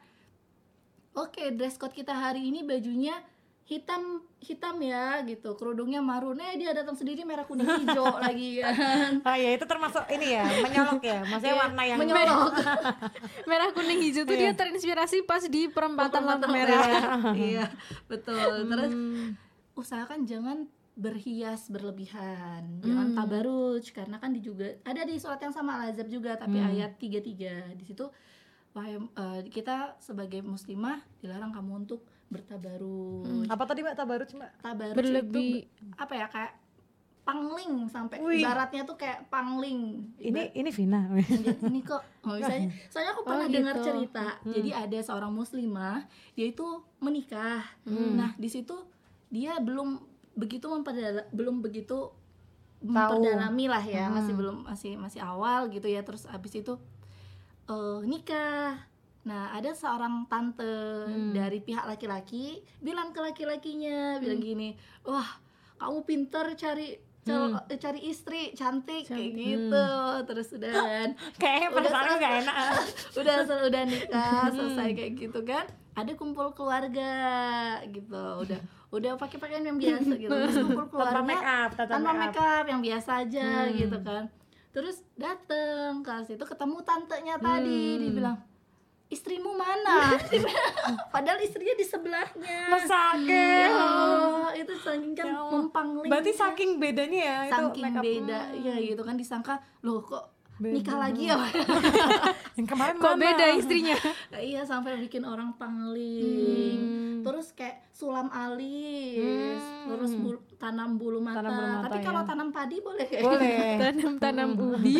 oke, dress code kita hari ini bajunya hitam hitam ya gitu, kerudungnya marun, eh dia datang sendiri merah kuning hijau lagi kan. Ah ya, itu termasuk ini ya, menyolok ya. Maksudnya Iya, warna yang menyolok. Merah kuning hijau tuh dia terinspirasi pas di perempatan lampu merah. Iya, betul. Terus usahakan jangan berhias berlebihan, jangan tabaruj, karena kan di juga ada di surat yang sama Al-Ahzab juga, tapi ayat tiga puluh tiga di situ, wahai eh, kita sebagai muslimah dilarang kamu untuk bertabaruj. apa tadi Mbak tabaruj Mbak? Tabaruj Berlebih. itu be- apa ya, kayak pangling sampai Wih. ibaratnya tuh kayak pangling. Ini ini Vina. Ibarat- ini kok oh, misalnya, soalnya aku pernah Oh, dengar gitu. cerita, jadi ada seorang muslimah dia itu menikah. Nah di situ dia belum begitu memperdala, belum begitu memperdalami lah ya, masih belum masih masih awal gitu ya. Terus abis itu eh, nikah. Nah ada seorang tante dari pihak laki-laki bilang ke laki-lakinya, bilang gini, wah kamu pinter cari cal- eh, cari istri cantik, kayak gitu. Terus udah kan Kayaknya Udah perasaannya selesai. nggak enak. udah sel- udah nikah selesai kayak gitu kan, ada kumpul keluarga gitu, udah udah pakai pakaian yang biasa gitu, terus kumpul keluarga Tanpa make up, tanpa tanpa make make up yang biasa aja gitu kan. Terus dateng ke situ ketemu tantenya tadi, dibilang istrimu mana? Padahal istrinya di sebelahnya. Sakit. Ya Allah, itu saking kan Ya Allah. mempangling. Berarti saking bedanya ya itu saking make up. beda ya gitu kan, disangka loh kok nikah lagi ya. Yang kemarin Kok mana? beda istrinya? Iya, sampai bikin orang pangling. Hmm. Terus kayak sulam alis, Hmm. terus bul- tanam bulu mata. Tanam bulu mata, Tapi kalau ya. tanam padi boleh kayak Boleh. Tanam-tanam ubi.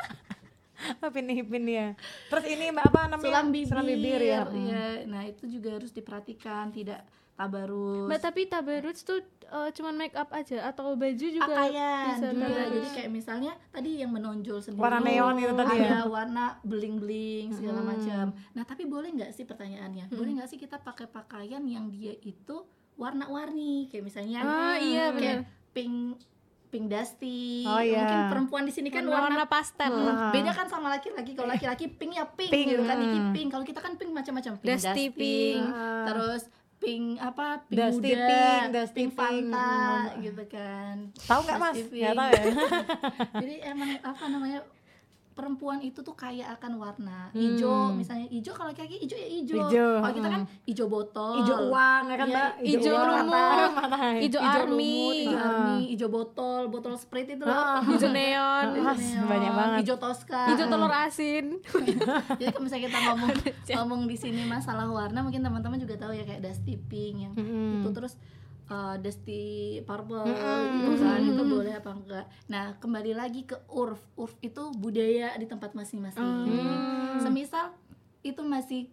Pin-pin ya. Terus ini Mbak apa namanya? sulam bibir, Sulam bibir ya. Iya, nah itu juga harus diperhatikan, tidak tabarus. Mbak, tapi tabarruj tuh uh, cuman make up aja atau baju juga Pakaian bisa juga, tabarruj? jadi kayak misalnya tadi yang menonjol sendiri, Warna neon itu tadi ada ya. warna bling-bling segala Hmm. macam. Nah tapi boleh nggak sih pertanyaannya, boleh nggak sih kita pakai pakaian yang dia itu warna-warni, kayak misalnya Ah, iya, kayak benar. pink pink dusty. Oh, iya. Mungkin perempuan di sini kan warna, warna, pastel. Hmm, beda kan sama laki-laki. Kalau laki-laki pink ya pink, Pink, gitu kan, hmm. Niki pink. Kalau kita kan pink macam-macam, pink Dusty dusty, pink. Ah. terus pink apa, pink Dusty muda, pink, dusty pink pink. Fanta, Hmm. gitu kan. Tahu nggak Mas? Dusty Nggak pink. tahu ya. Jadi emang apa namanya, perempuan itu tuh kaya akan warna Hmm. hijau, misalnya hijau, kalau laki-laki hijau ya hijau. Hijau, Kalau kita kan hmm. hijau botol, Hijau uang ya kan Iya, Mbak? hijau uang, lumut, mata, mata. hijau hijau army, lumut, hijau Ah. army, hijau botol, botol Sprite itu loh. Ah. hijau neon, Ah. Hijau banyak neon, banget. hijau Tosca. hijau telur asin. Jadi kalau misalnya kita ngomong ngomong di sini masalah warna, mungkin teman-teman juga tahu ya, kayak dusty pink yang Mm-mm. itu, terus uh, dusty purple Mm-mm. gitu kan, itu boleh apa enggak. Nah kembali lagi ke urf, urf itu budaya di tempat masing-masing. Hmm. Semisal itu masih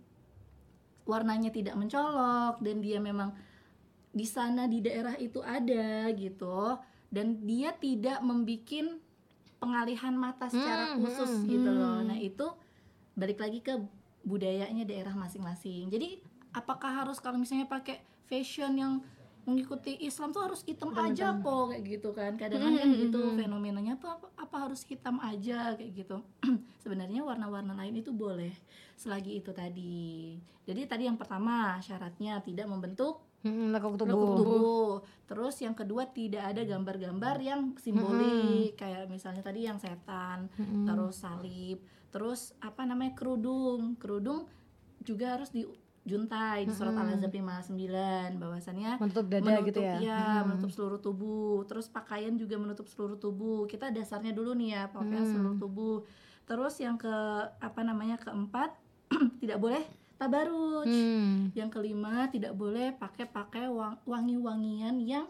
warnanya tidak mencolok dan dia memang di sana di daerah itu ada gitu, dan dia tidak membikin pengalihan mata secara Hmm, khusus hmm, gitu loh. Nah itu balik lagi ke budayanya daerah masing-masing. Jadi apakah harus kalau misalnya pakai fashion yang mengikuti Islam tuh harus hitam aja kok kayak gitu kan, kadang-kadang kan gitu fenomenanya, apa, apa apa harus hitam aja kayak gitu. Sebenarnya warna-warna lain itu boleh selagi itu tadi. Jadi tadi yang pertama syaratnya tidak membentuk Mm-mm, lekuk tubuh. lekuk tubuh. Terus yang kedua tidak ada gambar-gambar yang simbolik, kayak misalnya tadi yang setan, Mm-mm. terus salib, terus apa namanya kerudung. Kerudung juga harus dijuntai di surat Al-Ahzab lima puluh sembilan bahwasannya Menutup dada menutup, gitu ya. iya, Mm-mm. menutup seluruh tubuh. Terus pakaian juga menutup seluruh tubuh. Kita dasarnya dulu nih ya, pakaian Hmm. seluruh tubuh. Terus yang ke apa namanya keempat tidak boleh tabaruj. Hmm. Yang kelima tidak boleh pakai-pakai wang- wangi-wangian yang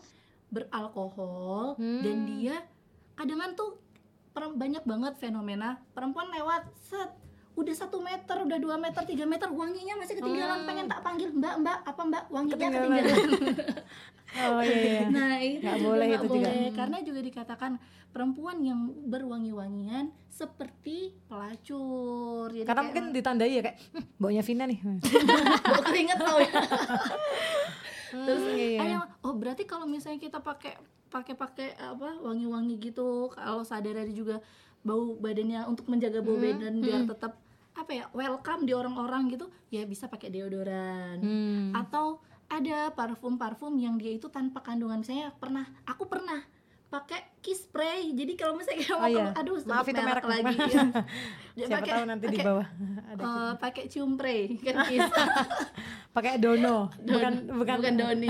beralkohol. Hmm. Dan dia kadang tuh per- banyak banget fenomena perempuan lewat set udah satu meter, udah dua meter, tiga meter, wanginya masih ketinggalan, Hmm. pengen tak panggil mbak mbak apa mbak, wanginya Ketinggalan. ketinggalan. Oh iya iya. Nah itu Nggak juga boleh nggak itu juga. boleh. Karena juga dikatakan perempuan yang berwangi-wangian seperti pelacur. Jadi Karena kayak mungkin ditandai ya kayak hm, baunya Vina nih. bau keringet tau ya. Terus Hmm, iya, iya. ada yang, oh berarti kalau misalnya kita pakai pakai pakai apa wangi-wangi gitu, kalau sadar juga bau badannya, untuk menjaga bau Hmm, badan biar tetap apa ya welcome di orang-orang gitu, ya bisa pakai deodoran. Hmm. Atau ada parfum-parfum yang dia itu tanpa kandungan. Misalnya pernah, aku pernah pakai kiss spray. Jadi kalau misalnya kita mau Oh, iya. keluar- aduh sebut Maaf itu merek. lagi ya. Dia Siapa pakai- tahu nanti di pakai, bawah ada. eh, pakai cium spray kan kiss. Pakai dono, bukan bukan bukan Doni.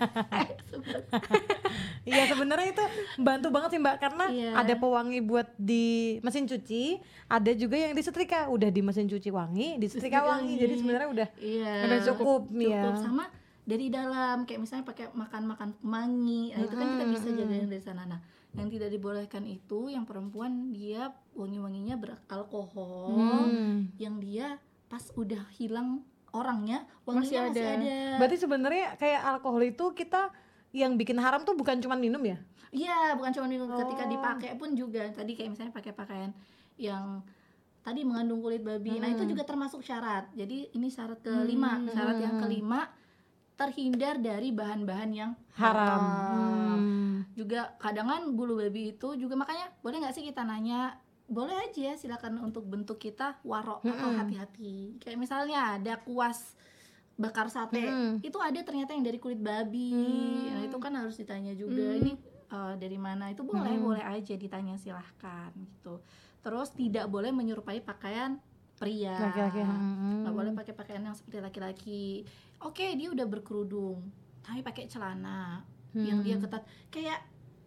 Iya sebenarnya itu bantu banget sih Mbak, karena Iya. ada pewangi buat di mesin cuci, ada juga yang disetrika, udah di mesin cuci wangi, disetrika Disetrika wangi, wangi. jadi sebenarnya udah Iya. udah cukup, ya. Cukup sama dari dalam, kayak misalnya pakai makan-makan pemangi. Nah, itu kan kita bisa jagain dari sana. Nah, yang tidak dibolehkan itu yang perempuan dia wangi-wanginya beralkohol, Hmm. yang dia pas udah hilang orangnya Masih wanginya masih ada. ada. Berarti sebenarnya kayak alkohol itu kita yang bikin haram tuh bukan cuma minum ya? Iya, bukan cuma minum, ketika Oh. dipakai pun juga. Tadi kayak misalnya pakai pakaian yang tadi mengandung kulit babi. Nah, itu juga termasuk syarat. Jadi ini syarat kelima. Hmm. Syarat yang kelima, terhindar dari bahan-bahan yang Haram. haram. Hmm. Juga kadang kan bulu babi itu juga, makanya boleh nggak sih kita nanya, boleh aja silakan untuk bentuk kita warok atau Mm-mm. hati-hati. Kayak misalnya ada kuas bakar sate, Mm-mm. itu ada ternyata yang dari kulit babi. Hmm. Nah, itu kan harus ditanya juga, Hmm. ini uh, dari mana. Itu boleh, Hmm. boleh aja ditanya, silahkan gitu. Terus tidak boleh menyerupai pakaian pria. Laki-laki. Hmm. Nggak boleh pakai pakaian yang seperti laki-laki. Oke, dia udah berkerudung, tapi pakai celana yang dia ketat, kayak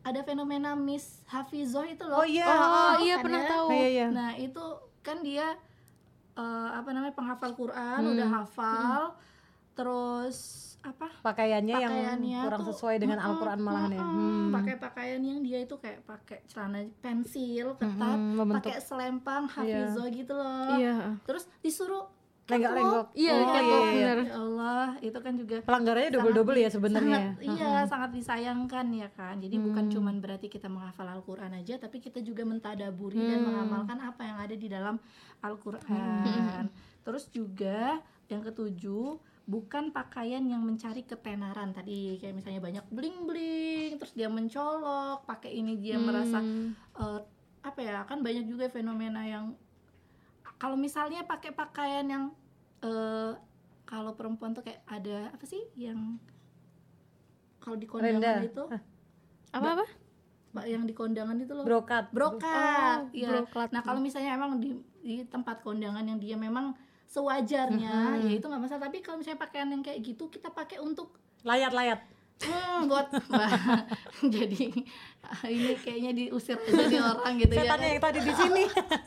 ada fenomena Miss Hafizoh itu loh. Oh iya. Oh Tahu iya kan pernah ya? tahu. Iya, iya. Nah itu kan dia eh, apa namanya penghafal Quran, Hmm. udah hafal, terus apa? Pakaiannya, Pakaiannya yang kurang tuh, sesuai dengan mm-mm, Al-Quran malahan ya. mm-mm. Hmm. Pakai pakaian yang dia itu kayak pakai celana pensil ketat, Mm-mm, membentuk. pakai selempang Hafizoh gitu loh. Iya. Terus disuruh Lenggok-lenggok. Iya, Oh, catwalk, iya, iya. bener. Ya Allah, itu kan juga Pelanggarannya double-double ya sebenarnya. sangat, iya, sangat disayangkan ya kan. Jadi bukan cuman berarti kita menghafal Al-Qur'an aja, tapi kita juga mentadaburi dan mengamalkan apa yang ada di dalam Al-Qur'an. Terus juga yang ketujuh, bukan pakaian yang mencari ketenaran tadi, kayak misalnya banyak bling-bling, terus dia mencolok, pakai ini dia merasa eh, apa ya, kan banyak juga fenomena yang kalau misalnya pakai pakaian yang eh, kalau perempuan tuh kayak ada apa sih yang kalau di kondangan Renda. itu Apa-apa? Mbak, yang di kondangan itu loh Brokat. brokat, Oh, ya. brokat. Nah kalau misalnya emang di, di tempat kondangan yang dia memang sewajarnya, ya itu nggak masalah. Tapi kalau misalnya pakaian yang kayak gitu kita pakai untuk Layat-layat. hmm, buat jadi ini kayaknya diusir aja nih orang gitu ya. Setannya yang tadi di sini.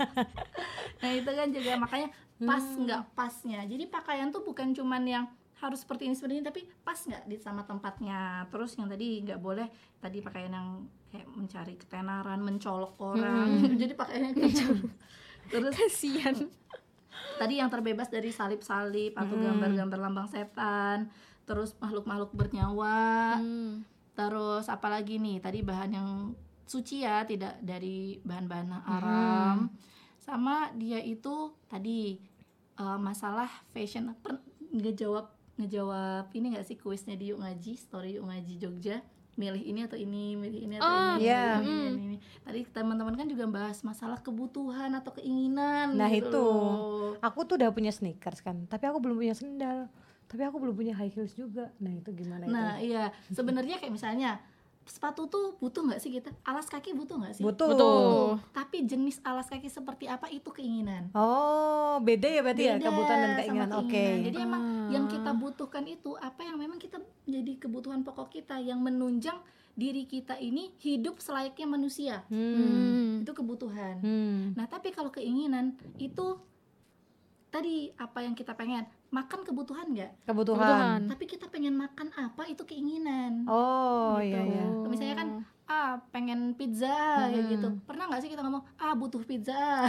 Nah itu kan juga makanya pas nggak pasnya. Jadi pakaian tuh bukan cuman yang harus seperti ini seperti ini, tapi pas nggak di sama tempatnya. Terus yang tadi nggak boleh tadi pakaian yang kayak mencari ketenaran, mencolok orang. Jadi pakaiannya kecolok. Terus Kasian. tadi yang terbebas dari salib-salib atau gambar-gambar lambang setan. Terus makhluk-makhluk bernyawa. Hmm. Terus apalagi nih tadi bahan yang suci ya, tidak dari bahan-bahan haram. Sama dia itu tadi uh, masalah fashion. Per- ngejawab ngejawab ini nggak sih kuisnya di Yuk Ngaji, story Yuk Ngaji Jogja, milih ini atau ini, milih ini atau Oh, ini, iya. milih ini, ini, ini. Tadi teman-teman kan juga bahas masalah kebutuhan atau keinginan. Nah gitu itu, loh. aku tuh udah punya sneakers kan, tapi aku belum punya sendal, tapi aku belum punya high heels juga. Nah itu gimana Nah itu? iya, sebenarnya kayak misalnya sepatu tuh butuh nggak sih kita? Alas kaki butuh nggak sih? Butuh. Betul. Tapi jenis alas kaki seperti apa itu keinginan. Oh beda ya berarti ya Beda kebutuhan dan sama keinginan. Oke. keinginan. Jadi emang Ah. yang kita butuhkan itu apa yang memang kita jadi kebutuhan pokok kita yang menunjang diri kita ini hidup selayaknya manusia. Hmm. Hmm. Itu kebutuhan. Hmm. Nah, tapi kalau keinginan itu tadi apa yang kita pengen, makan kebutuhan nggak? Kebutuhan. Kebutuhan. Tapi kita pengen makan apa itu keinginan. Oh Gitu. iya iya. Misalnya kan ah pengen pizza kayak gitu. Pernah nggak sih kita ngomong ah butuh pizza?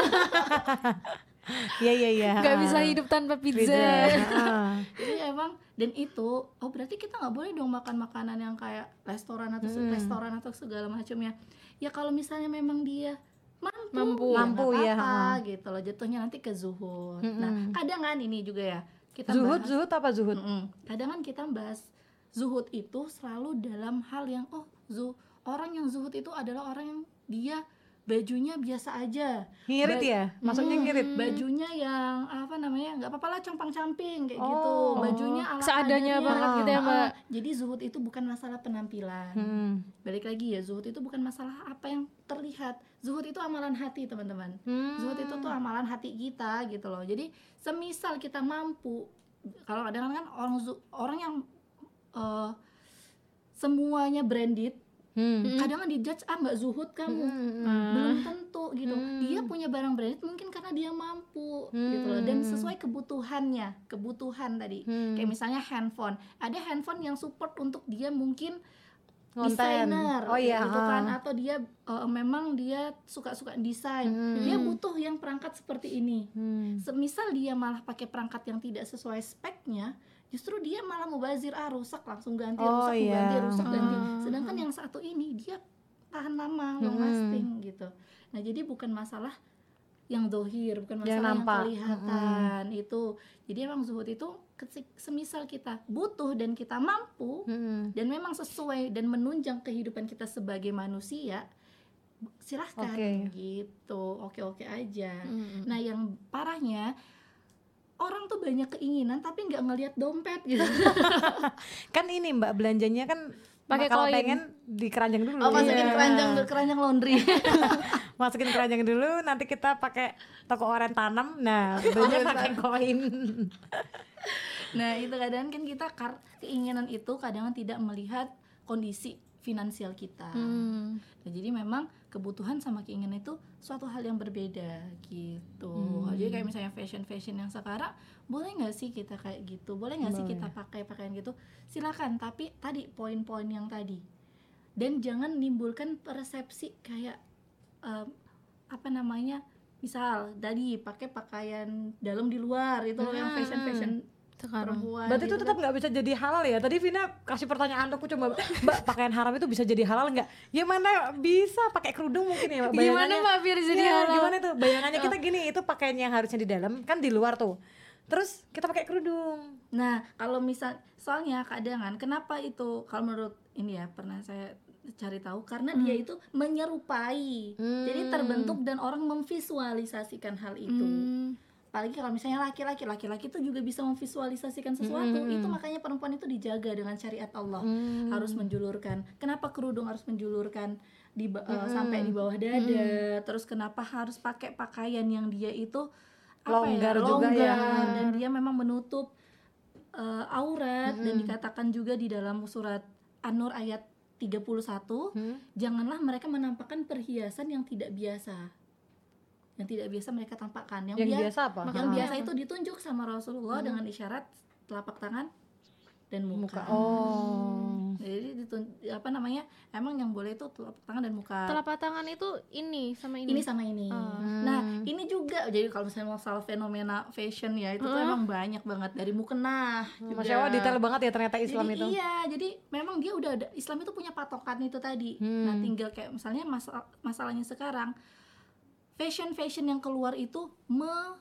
Iya iya iya. Nggak Ah. bisa hidup tanpa pizza. Pizza. Ah. Jadi emang dan itu oh berarti kita nggak boleh dong makan makanan yang kayak restoran atau se- restoran atau segala macamnya. Ya kalau misalnya memang dia mampu, Mampu. ya Mampu, nggak ya, apa-apa ha. gitu loh. Jatuhnya nanti ke zuhud. Mm-mm. Nah kadang kan ini juga ya kita Zuhud bahas, zuhud apa zuhud? Mm-mm. kadang kan kita bahas zuhud itu selalu dalam hal yang oh zu orang yang zuhud itu adalah orang yang dia bajunya biasa aja. Ngirit Ba- ya? Maksudnya Hmm, ngirit. bajunya yang apa namanya nggak apa-apa lah compang-camping kayak Oh. gitu, bajunya ala Seadanya kadarnya. banget gitu ya, Ah, Mbak. jadi zuhud itu bukan masalah penampilan. Hmm. Balik lagi ya, zuhud itu bukan masalah apa yang terlihat. Zuhud itu amalan hati teman-teman. Hmm. Zuhud itu tuh amalan hati kita gitu loh. Jadi semisal kita mampu, kalau kadang kan orang zu- orang yang eh, semuanya branded, Hmm. kadang kan dijudge ah nggak zuhud kamu. Belum tentu gitu. Dia punya barang branded mungkin karena dia mampu gitu loh dan sesuai kebutuhannya, kebutuhan tadi. Kayak misalnya handphone. Ada handphone yang support untuk dia mungkin Konten. desainer Oh iya, gitu kan ah. atau dia eh, memang dia suka-suka desain. Dia butuh yang perangkat seperti ini. Hmm. Semisal dia malah pakai perangkat yang tidak sesuai speknya, justru dia malah mubazir ah rusak langsung ganti, Oh, rusak iya. ganti, rusak ganti. Ah. Sedangkan yang satu ini dia tahan lama, long lasting gitu. Nah jadi bukan masalah yang dohir, bukan Yang masalah yang, nampak. kelihatan itu. Jadi emang zuhud itu kesi- semisal kita butuh dan kita mampu Hmm. dan memang sesuai dan menunjang kehidupan kita sebagai manusia, silahkan Oke. gitu, oke-oke aja. Mm-mm. Nah yang parahnya orang tuh banyak keinginan tapi nggak ngelihat dompet gitu. Kan ini Mbak belanjanya kan Pakai kalau koin. pengen di keranjang dulu. Oh masukin Iya. keranjang keranjang laundry. Masukin keranjang dulu, nanti kita pakai toko oren tanam. Nah, belinya pakai koin. Nah itu kadang kan kita kar- keinginan itu kadang tidak melihat kondisi finansial kita. Hmm. Nah, jadi memang kebutuhan sama keinginan itu suatu hal yang berbeda gitu. Hmm. Jadi kayak misalnya fashion-fashion yang sekarang, boleh nggak sih kita kayak gitu? Boleh nggak sih Boleh. kita pakai pakaian gitu? Silakan, tapi tadi poin-poin yang tadi. Dan jangan nimbulkan persepsi kayak um, apa namanya? Misal tadi pakai pakaian dalam di luar itu loh yang fashion-fashion Sekarang. perempuan. Berarti itu gitu tetap kan. nggak bisa jadi halal ya? Tadi Vina kasih pertanyaan aku coba, Mbak, pakaian haram itu bisa jadi halal nggak? Ya mana bisa, pakai kerudung mungkin ya, Mbak. Gimana Bayangannya- Mbak biar jadi Iya, halal? Gimana tuh? Bayangannya kita gini, itu pakaian yang harusnya di dalam, kan di luar tuh. Terus kita pakai kerudung. Nah, kalau misal soalnya kadang kenapa itu kalau menurut ini ya pernah saya cari tahu karena dia itu menyerupai. Jadi terbentuk dan orang memvisualisasikan hal itu. Hmm. Apalagi kalau misalnya laki-laki, laki-laki itu juga bisa memvisualisasikan sesuatu. Itu makanya perempuan itu dijaga dengan syariat Allah. Harus menjulurkan. Kenapa kerudung harus menjulurkan di ba- eh, sampai di bawah dada? Terus kenapa harus pakai pakaian yang dia itu apa Longgar ya? juga ya. Longgar, dan dia memang menutup eh, aurat dan dikatakan juga di dalam surat An-Nur ayat tiga puluh satu, janganlah mereka menampakkan perhiasan yang tidak biasa. Yang tidak biasa mereka tampakkan. Yang, Yang bia- biasa apa? Yang Ah. biasa itu ditunjuk sama Rasulullah dengan isyarat telapak tangan dan muka. Muka. Oh. Jadi ditun- apa namanya? Emang yang boleh itu telapak tangan dan muka. Telapak tangan itu ini sama ini. Ini sama ini. Ah. Nah, ini juga jadi kalau misalnya masalah fenomena fashion ya itu tuh emang banyak banget dari mukena juga. Masya Allah detail banget ya ternyata Islam Jadi itu. iya, jadi memang dia udah ada, Islam itu punya patokan itu tadi. Nah, tinggal kayak misalnya masa- masalahnya sekarang fashion-fashion yang keluar itu me-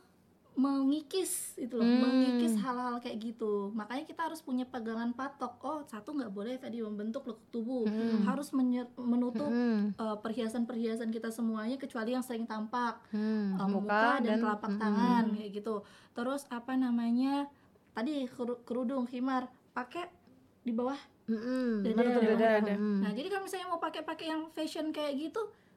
mengikis itu loh, mengikis hal-hal kayak gitu. Makanya kita harus punya pegangan patok. Oh, satu nggak boleh tadi membentuk lekuk tubuh, harus menye- menutup uh, perhiasan-perhiasan kita semuanya kecuali yang sering tampak, Hmm, uh, muka muka dan, dan- telapak tangan kayak gitu. Terus apa namanya? Tadi keru- kerudung, khimar, pakai di bawah Mm-mm, dada. menutup dada. Mm. Nah, jadi kalau misalnya mau pakai-pakai yang fashion kayak gitu,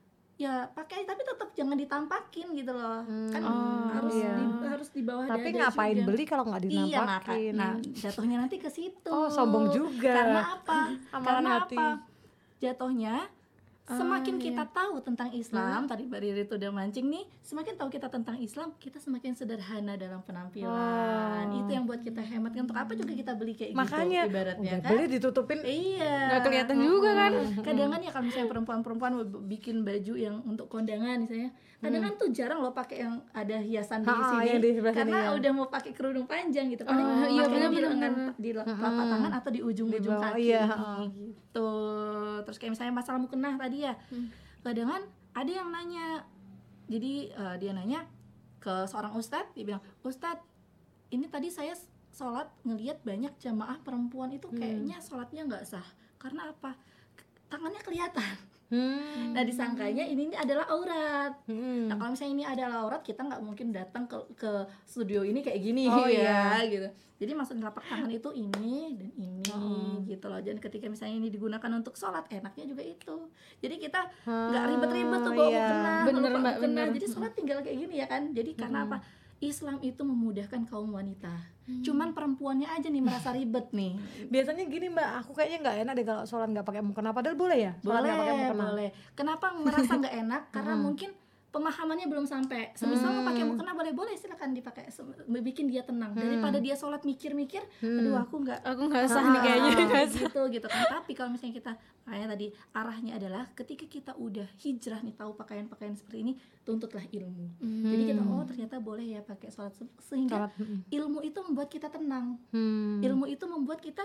ya pakai tapi tetap jangan ditampakin gitu loh. Kan harus iya. di, harus di bawah Tapi dada ngapain juga. beli kalau nggak Iya, maka, dinampakin? nah jatuhnya nanti ke situ. Oh, sombong juga. Karena apa? Amalan Karena hati. apa? Jatuhnya semakin kita tahu tentang Islam, tadi Mbak Riri tuh udah mancing nih, semakin tahu kita tentang Islam, kita semakin sederhana dalam penampilan. Itu yang buat kita hemat. Untuk apa juga kita beli kayak Makanya gitu ibaratnya udah kan? beli ditutupin. Iya. Nggak kelihatan juga kan. Kadang kan ya kalau misalnya perempuan-perempuan b- bikin baju yang untuk kondangan misalnya, kadang kan tuh jarang loh pakai yang ada hiasan di Ha, sini, yang di sebelah sini, karena ya. udah mau pakai kerudung panjang gitu. Paling Oh, iya, pakainya di benar-benar. lengan, di le- telapak tangan atau di ujung-ujung Di bawah, kaki iya, ha. gitu. Terus kayak misalnya masalah mukena tadi ya, kadang kan ada yang nanya, jadi eh, dia nanya ke seorang ustadz, dia bilang, Ustadz, ini tadi saya sholat ngelihat banyak jamaah perempuan itu kayaknya sholatnya nggak sah, karena apa? Tangannya kelihatan. Hmm. Nah disangkanya ini, ini adalah aurat. Hmm. Nah kalau misalnya ini adalah aurat, kita nggak mungkin datang ke ke studio ini kayak gini Oh, ya gitu. Jadi maksud telapak tangan itu ini dan ini gitu loh. Dan ketika misalnya ini digunakan untuk sholat, enaknya juga itu. Jadi kita nggak ribet-ribet tuh bawa iya. mukena, Bener, lupa Mbak, mukena. bener. Jadi sholat tinggal kayak gini ya kan. Jadi karena apa? Islam itu memudahkan kaum wanita. Cuman perempuannya aja nih merasa ribet nih. Biasanya gini Mbak, aku kayaknya nggak enak deh kalau sholat nggak pakai mukena. Padahal boleh ya? Sholat Boleh, nggak pakai mukena. boleh. Kenapa merasa nggak enak? Karena mungkin pemahamannya belum sampai. Semisal mau pakai mukena boleh-boleh, silakan dipakai, Sem- bikin dia tenang. Daripada dia sholat mikir-mikir, aduh aku nggak Aku nggak sah nih kayaknya. Ah, gitu gitu kan. Tapi kalau misalnya kita kayak tadi arahnya adalah ketika kita udah hijrah nih, tahu pakaian-pakaian seperti ini, tuntutlah ilmu. Jadi kita oh ternyata boleh ya pakai sholat, Se- sehingga Sholat, mm. ilmu itu membuat kita tenang. Hmm. Ilmu itu membuat kita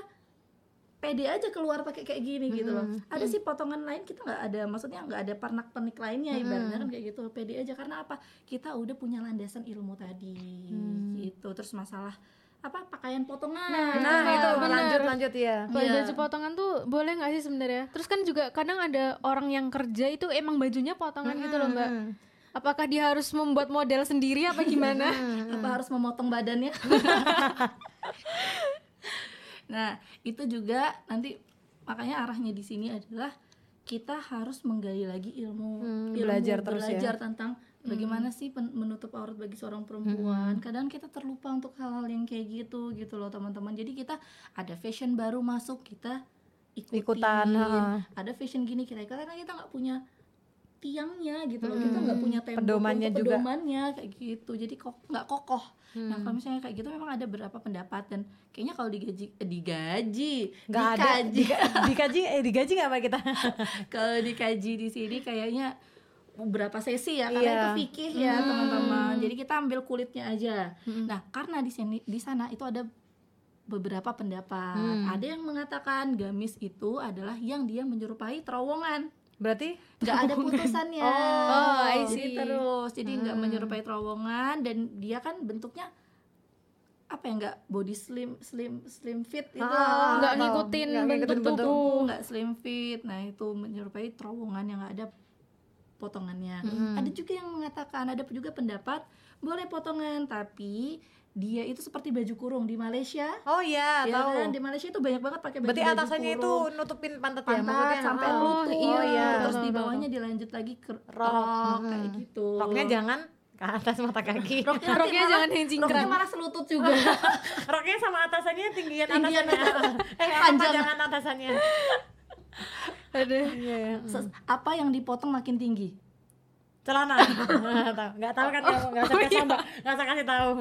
pede aja keluar pakai kayak gini gitu loh. Ada sih potongan lain kita nggak ada, maksudnya nggak ada pernak-pernik lainnya ibaratnya kan kayak gitu. Pede aja karena apa? Kita udah punya landasan ilmu tadi gitu. Terus masalah apa pakaian potongan. Nah, itu bener. lanjut lanjut ya. Kalau Iya. baju potongan tuh boleh nggak sih sebenarnya? Terus kan juga kadang ada orang yang kerja itu emang bajunya potongan gitu loh Mbak. Apakah dia harus membuat model sendiri apa gimana? Apa harus memotong badannya? Nah, itu juga nanti makanya arahnya di sini adalah kita harus menggali lagi ilmu, ilmu belajar terus ya. belajar tentang bagaimana sih pen- menutup aurat bagi seorang perempuan. Kadang kita terlupa untuk hal-hal yang kayak gitu gitu loh teman-teman. Jadi kita ada fashion baru masuk, kita ikutin. Ikutan, ha. Ada fashion gini kira-kira karena kita nggak punya tiangnya gitu loh, kita nggak punya tembok Pedomannya untuk juga. pedomannya kayak gitu, jadi kok nggak kokoh. Nah kalau misalnya kayak gitu memang ada beberapa pendapat dan kayaknya kalau digaji eh, digaji Nggak ada dikaji diga- dikaji eh digaji nggak apa kita? kalau dikaji di sini kayaknya beberapa sesi ya karena Iya. itu fikih ya teman-teman, jadi kita ambil kulitnya aja. Nah karena di sini di sana itu ada beberapa pendapat, ada yang mengatakan gamis itu adalah yang dia menyerupai terowongan, Berarti nggak ada putusannya. Oh, I Jadi see. terus, jadi nggak menyerupai terowongan dan dia kan bentuknya apa ya, nggak body slim slim slim fit itu, Ah, nggak tahu. ngikutin Nggak bentuk ngikutin bentuk. tubuh. nggak slim fit. Nah itu menyerupai terowongan yang nggak ada potongannya. Ada juga yang mengatakan, ada juga pendapat boleh potongan tapi dia itu seperti baju kurung di Malaysia. oh iya Ya tahu. kan, di Malaysia itu banyak banget pakai baju, Berarti baju atasannya itu kurung. nutupin pantat, ya Pantat maksudnya. sampai Oh, lutut, iya, terus tahu, di tahu, bawahnya dilanjut lagi ke rok, Rok, kayak mm. gitu. Roknya jangan ke atas mata kaki. Roknya, nanti Roknya malah- jangan yang cingkrang. roknya malah selutut juga. Roknya sama atasannya tinggian Tinggian atasannya. eh Panjang. jangan atasannya. Aduh. Iya, iya. Ses- apa yang dipotong makin tinggi? Celana. Tahu. Nggak tahu kan kamu, nggak usah kasih tahu, nggak usah kasih tahu.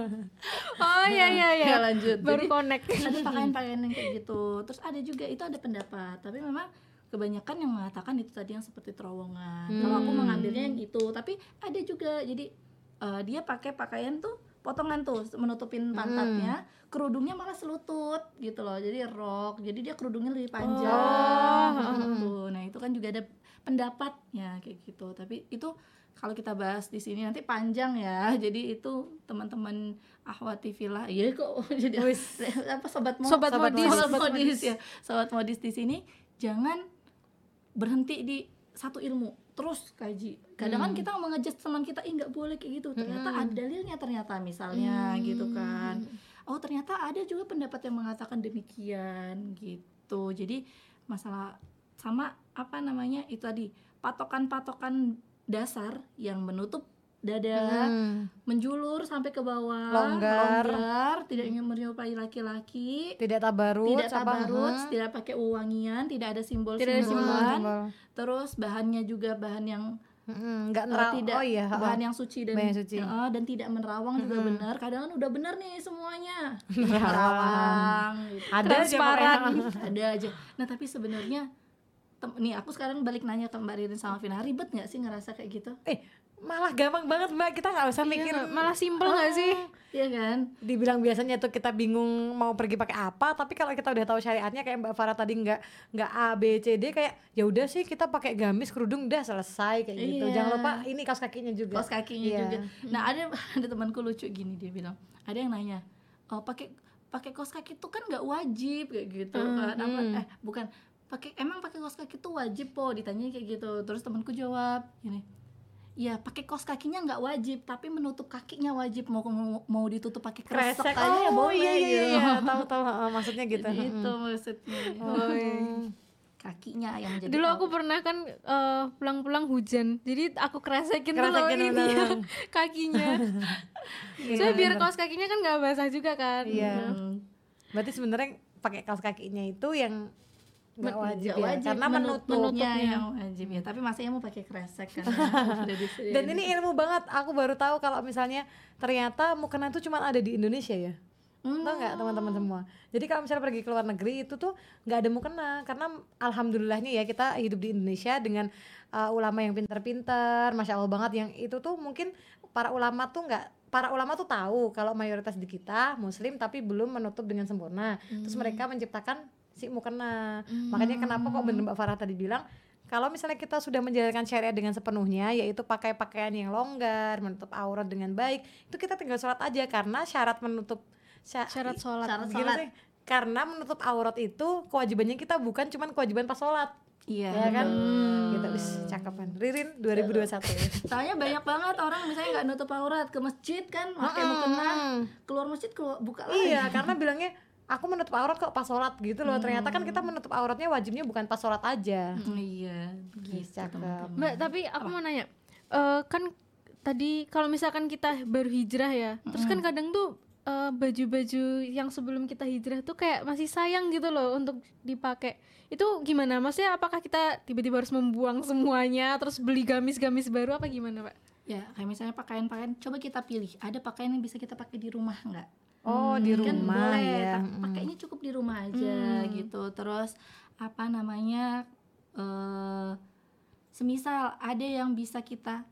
Oh iya iya iya. Ya, lanjut. Baru Jadi, connect. ada pakaian-pakaian yang kayak gitu. Terus ada juga itu ada pendapat, tapi memang kebanyakan yang mengatakan itu tadi yang seperti terowongan. Kalau aku mengambilnya yang itu, tapi ada juga jadi eh, dia pakai pakaian tuh potongan tuh menutupin pantatnya, kerudungnya malah selutut gitu loh. Jadi rok, jadi dia kerudungnya lebih panjang. gitu. Nah, itu kan juga ada pendapatnya kayak gitu. Tapi itu kalau kita bahas di sini nanti panjang ya. Jadi itu teman-teman Ahwati Villa, iya kok jadi apa sobat mo- Sobat modis. sobat Sobat modis ya. Sobat modis di sini jangan berhenti di satu ilmu, terus kaji. Kadang kan kita mengejas teman kita, ih nggak boleh kayak gitu. Ternyata ada dalilnya ternyata misalnya gitu kan. Oh ternyata ada juga pendapat yang mengatakan demikian gitu. Jadi masalah sama apa namanya itu tadi patokan-patokan dasar yang menutup dada, menjulur sampai ke bawah, Longgar. longgar, tidak ingin menyerupai laki-laki, Tidak tabarut, tidak apa? tabarut, Hmm. tidak pakai wangian, tidak ada Tidak ada simbol-simbolan, simbol. terus bahannya juga bahan yang Mm-mm, nggak eh, neral. tidak Oh iya, bahan oh. yang suci dan Bahan yang suci. eh, dan tidak menerawang juga benar. Kadang kan udah benar nih semuanya menerawang, gitu. Ada aja Transparan. pokoknya. Ada aja. Nah tapi sebenarnya tem- nih aku sekarang balik nanya ke Mbak Ririn sama Vina, ribet nggak sih ngerasa kayak gitu? Eh, malah gampang banget Mbak, kita nggak usah mikir. Iya, malah simpel nggak sih? Iya kan? Dibilang biasanya tuh kita bingung mau pergi pakai apa, tapi kalau kita udah tahu syariatnya kayak Mbak Farah tadi nggak nggak A B C D, kayak ya udah sih kita pakai gamis kerudung udah selesai kayak gitu. Iya. Jangan lupa ini kaos kakinya juga. Kaos kakinya Iya. juga. Nah ada ada temanku lucu gini, dia bilang ada yang nanya, oh pakai pakai kaos kaki itu kan nggak wajib kayak gitu kan? Apa, eh bukan pakai emang pakai kaos kaki itu wajib po, ditanya kayak gitu. Terus temanku jawab gini, ya pakai kaos kakinya nggak wajib tapi menutup kakinya wajib, mau mau, mau ditutup pakai kresek Kresek. aja ya Oh boleh iya iya gitu. iya, tahu tahu heeh, maksudnya gitu. Jadi heeh. itu maksudnya. Oh, Kakinya yang menjadi Dulu au- aku pernah kan eh, pulang-pulang hujan, jadi aku kresekin tuh loh Kresekin ini bener. ya, kakinya. Soalnya biar kaos kakinya kan nggak basah juga kan. Iya. Hmm. Berarti sebenarnya pakai kaos kakinya itu yang nggak Men- wajib, nggak ya, wajib, karena menut- menutup. menutupnya yang wajib ya, tapi masanya mau pakai kresek kan. Udah dis- Dan ini ilmu banget, aku baru tahu kalau misalnya ternyata mukena itu cuma ada di Indonesia ya. Hmm. Tahu nggak teman-teman semua? Jadi kalau misalnya pergi ke luar negeri itu tuh nggak ada mukena, karena alhamdulillahnya ya kita hidup di Indonesia dengan uh, ulama yang pintar-pintar, masya Allah banget, yang itu tuh mungkin para ulama tuh nggak para ulama tuh tahu kalau mayoritas di kita muslim tapi belum menutup dengan sempurna. Terus mereka menciptakan si mukena. Makanya kenapa kok bener Mbak Farah tadi bilang kalau misalnya kita sudah menjalankan syariat dengan sepenuhnya, yaitu pakai pakaian yang longgar, menutup aurat dengan baik, itu kita tinggal sholat aja, karena syarat menutup sya- Syarat sholat. Syarat gimana sholat. sih? Karena menutup aurat itu kewajibannya kita bukan cuman kewajiban pas sholat, Iya. ya kan? betul. Gitu, wis cakepan. Ririn dua ribu dua puluh satu. Soalnya banyak banget orang misalnya nggak nutup aurat ke masjid kan, pakai mukena, keluar masjid keluar buka lagi. Iya, karena bilangnya aku menutup aurat kok pas sholat gitu loh. Ternyata kan kita menutup auratnya wajibnya bukan pas sholat aja. Hmm, iya, Gitu, gitu cakep. teman-teman. Mbak, tapi aku mau nanya, eh, kan tadi kalau misalkan kita baru hijrah ya, terus kan kadang tuh uh, baju-baju yang sebelum kita hijrah tuh kayak masih sayang gitu loh untuk dipakai. Itu gimana? Maksudnya apakah kita tiba-tiba harus membuang semuanya terus beli gamis-gamis baru apa gimana, Pak? Ya, kayak misalnya pakaian-pakaian, coba kita pilih. Ada pakaian yang bisa kita pakai di rumah nggak? Oh, di Kan rumah boleh, ya. tak- pakainya cukup di rumah aja gitu. Terus apa namanya? eh semisal ada yang bisa kita,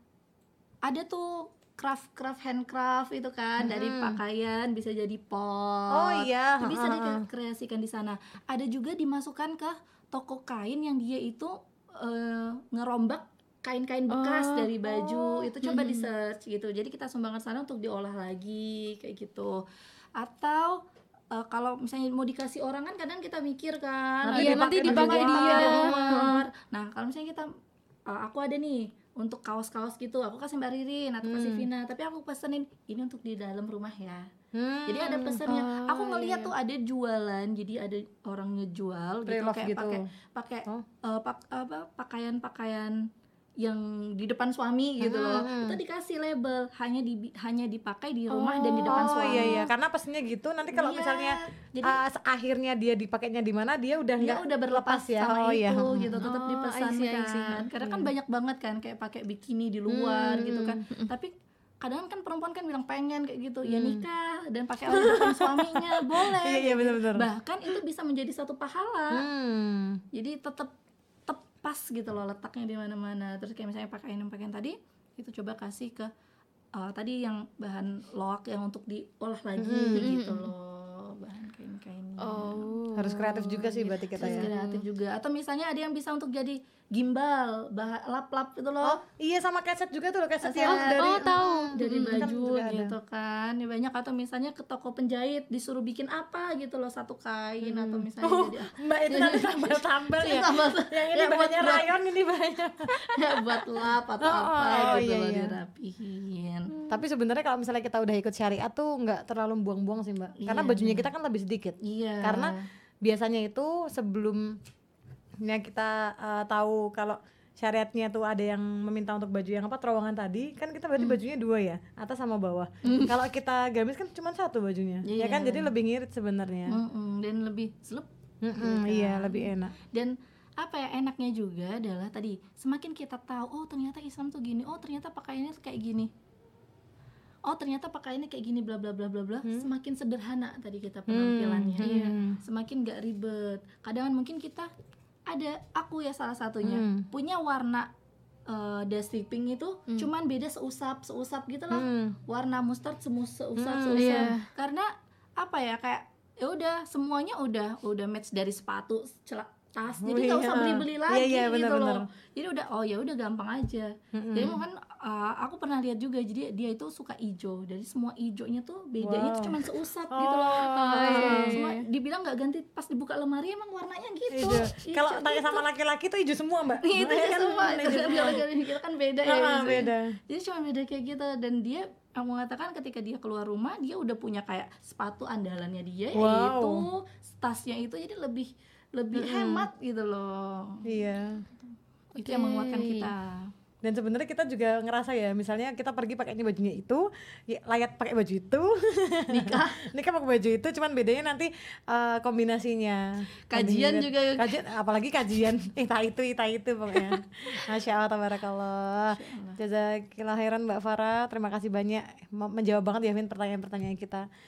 ada tuh craft craft handcraft itu kan, dari pakaian bisa jadi pot. Oh iya, Itu bisa ha-ha. dikreasikan di sana. Ada juga dimasukkan ke toko kain yang dia itu eh, ngerombak kain-kain bekas Oh, dari baju. Itu coba di search gitu. Jadi kita sumbangkan sana untuk diolah lagi kayak gitu. Atau eh, kalau misalnya mau dikasih orang kan kadang kita mikir kan, Nanti Iya, dipakai nanti di dipakai luar. dia. di luar. Nah, kalau misalnya kita uh, aku ada nih untuk kaos-kaos gitu, aku kasih Mbak Ririn atau kasih Vina, tapi aku pesenin ini untuk di dalam rumah ya. Hmm. Jadi ada pesennya. Oh, Aku ngeliat iya. tuh ada jualan, jadi ada orang ngejual gitu Pre-love kayak gitu. pakai pakai Oh. uh, pak- apa pakaian-pakaian yang di depan suami gitu loh. Itu dikasih label hanya di hanya dipakai di rumah dan di depan Oh suami. iya iya, karena pesennya gitu. Nanti kalau Iya, misalnya jadi- uh, akhirnya dia dipakainya di mana, dia udah Dia nggak udah berlepas ya. sama Oh itu iya. gitu, tetap Oh, dipesan I see, I kan. see. Karena kan banyak banget kan kayak pakai bikini di luar Hmm, gitu kan. Tapi kadang kan perempuan kan bilang pengen kayak gitu, ya nikah dan pakai outfit depan suaminya boleh. Iya iya benar-benar. Bahkan itu bisa menjadi satu pahala. Hmm. Jadi tetap tepas gitu loh letaknya di mana-mana. Terus kayak misalnya pakaian-pakaian tadi itu coba kasih ke uh, tadi yang bahan loak yang untuk diolah lagi gitu loh, bahan kain-kainnya. Oh. Harus kreatif juga sih berarti kita Terus ya. kreatif juga. Atau misalnya ada yang bisa untuk jadi gimbal, bah- lap-lap itu loh. Oh iya, sama keset juga tuh loh, keset Keset. yang dari Oh, tahu. Dari Mm, kan baju juga ada. gitu kan. Ya banyak. Atau misalnya ke toko penjahit disuruh bikin apa gitu loh, satu kain atau misalnya Oh, jadi Mbak itu nanti tambal-tambal ya. Tambal- Yang ini ya, buat- bahannya buat- rayon, ini bahannya. ya buat lap atau Oh, apa oh, gitu iya, loh, iya. dirapihin. Tapi sebenarnya kalau misalnya kita udah ikut syariat tuh nggak terlalu buang-buang sih Mbak. Karena Iya, bajunya kita kan lebih sedikit. Iya. Karena biasanya itu sebelumnya kita uh, tahu kalau syariatnya tuh ada yang meminta untuk baju yang apa, terowongan tadi, kan kita berarti bajunya dua ya, atas sama bawah. Kalau kita gamis kan cuma satu bajunya, ya kan, Iya. jadi lebih ngirit sebenarnya. Mm-mm, dan lebih selep. Mm-mm, iya lebih enak. Dan apa ya enaknya juga adalah tadi semakin kita tahu oh ternyata Islam tuh gini, oh ternyata pakaiannya tuh kayak gini, oh ternyata pakaiannya kayak gini, bla bla bla bla bla, semakin sederhana tadi kita penampilannya. Hmm, Iya. hmm. Semakin gak ribet. Kadang kan mungkin kita ada, aku ya salah satunya Hmm. punya warna uh, dusty pink itu cuman beda seusap seusap gitu loh. Hmm. Warna mustard semus seusap Hmm, seusap. iya. Karena apa ya, kayak ya udah semuanya udah udah match dari sepatu, celak, tas. Oh, Jadi nggak usah iya. beli-beli lagi Iya, iya, gitu benar-benar. loh. Jadi udah oh ya udah gampang aja. Jadi mungkin uh, aku pernah lihat juga, jadi dia itu suka ijo. Dari semua ijonya tuh bedanya Wow. tuh cuma seusap gitu loh. Oh, Uh, iya, iya. Semua dibilang nggak ganti, pas dibuka lemari emang warnanya gitu. Hijau. Ijo Kalau tanya gitu. sama laki-laki tuh hijau semua Mbak. itu Iya ya kan? semua itu Hijau kan semua. kalau kita kan beda ya Ah, maksudnya. beda. Jadi cuma beda kayak gitu. Dan dia, aku mengatakan ketika dia keluar rumah dia udah punya kayak sepatu andalannya dia, Wow. yaitu tasnya itu, jadi lebih lebih hemat gitu loh. Iya. Itu yang menguatkan kita. Dan sebenarnya kita juga ngerasa ya, misalnya kita pergi pakainya bajunya itu, ya, layak pakai baju itu, nikah, nikah pakai baju itu, cuman bedanya nanti uh, kombinasinya. Kajian Nanti juga. kajian, apalagi kajian, ita itu, ita itu pokoknya. Masya Allah, tabarakallah. Jazakillah khairan Mbak Farah, terima kasih banyak, M- menjawab banget ya Vin pertanyaan-pertanyaan kita.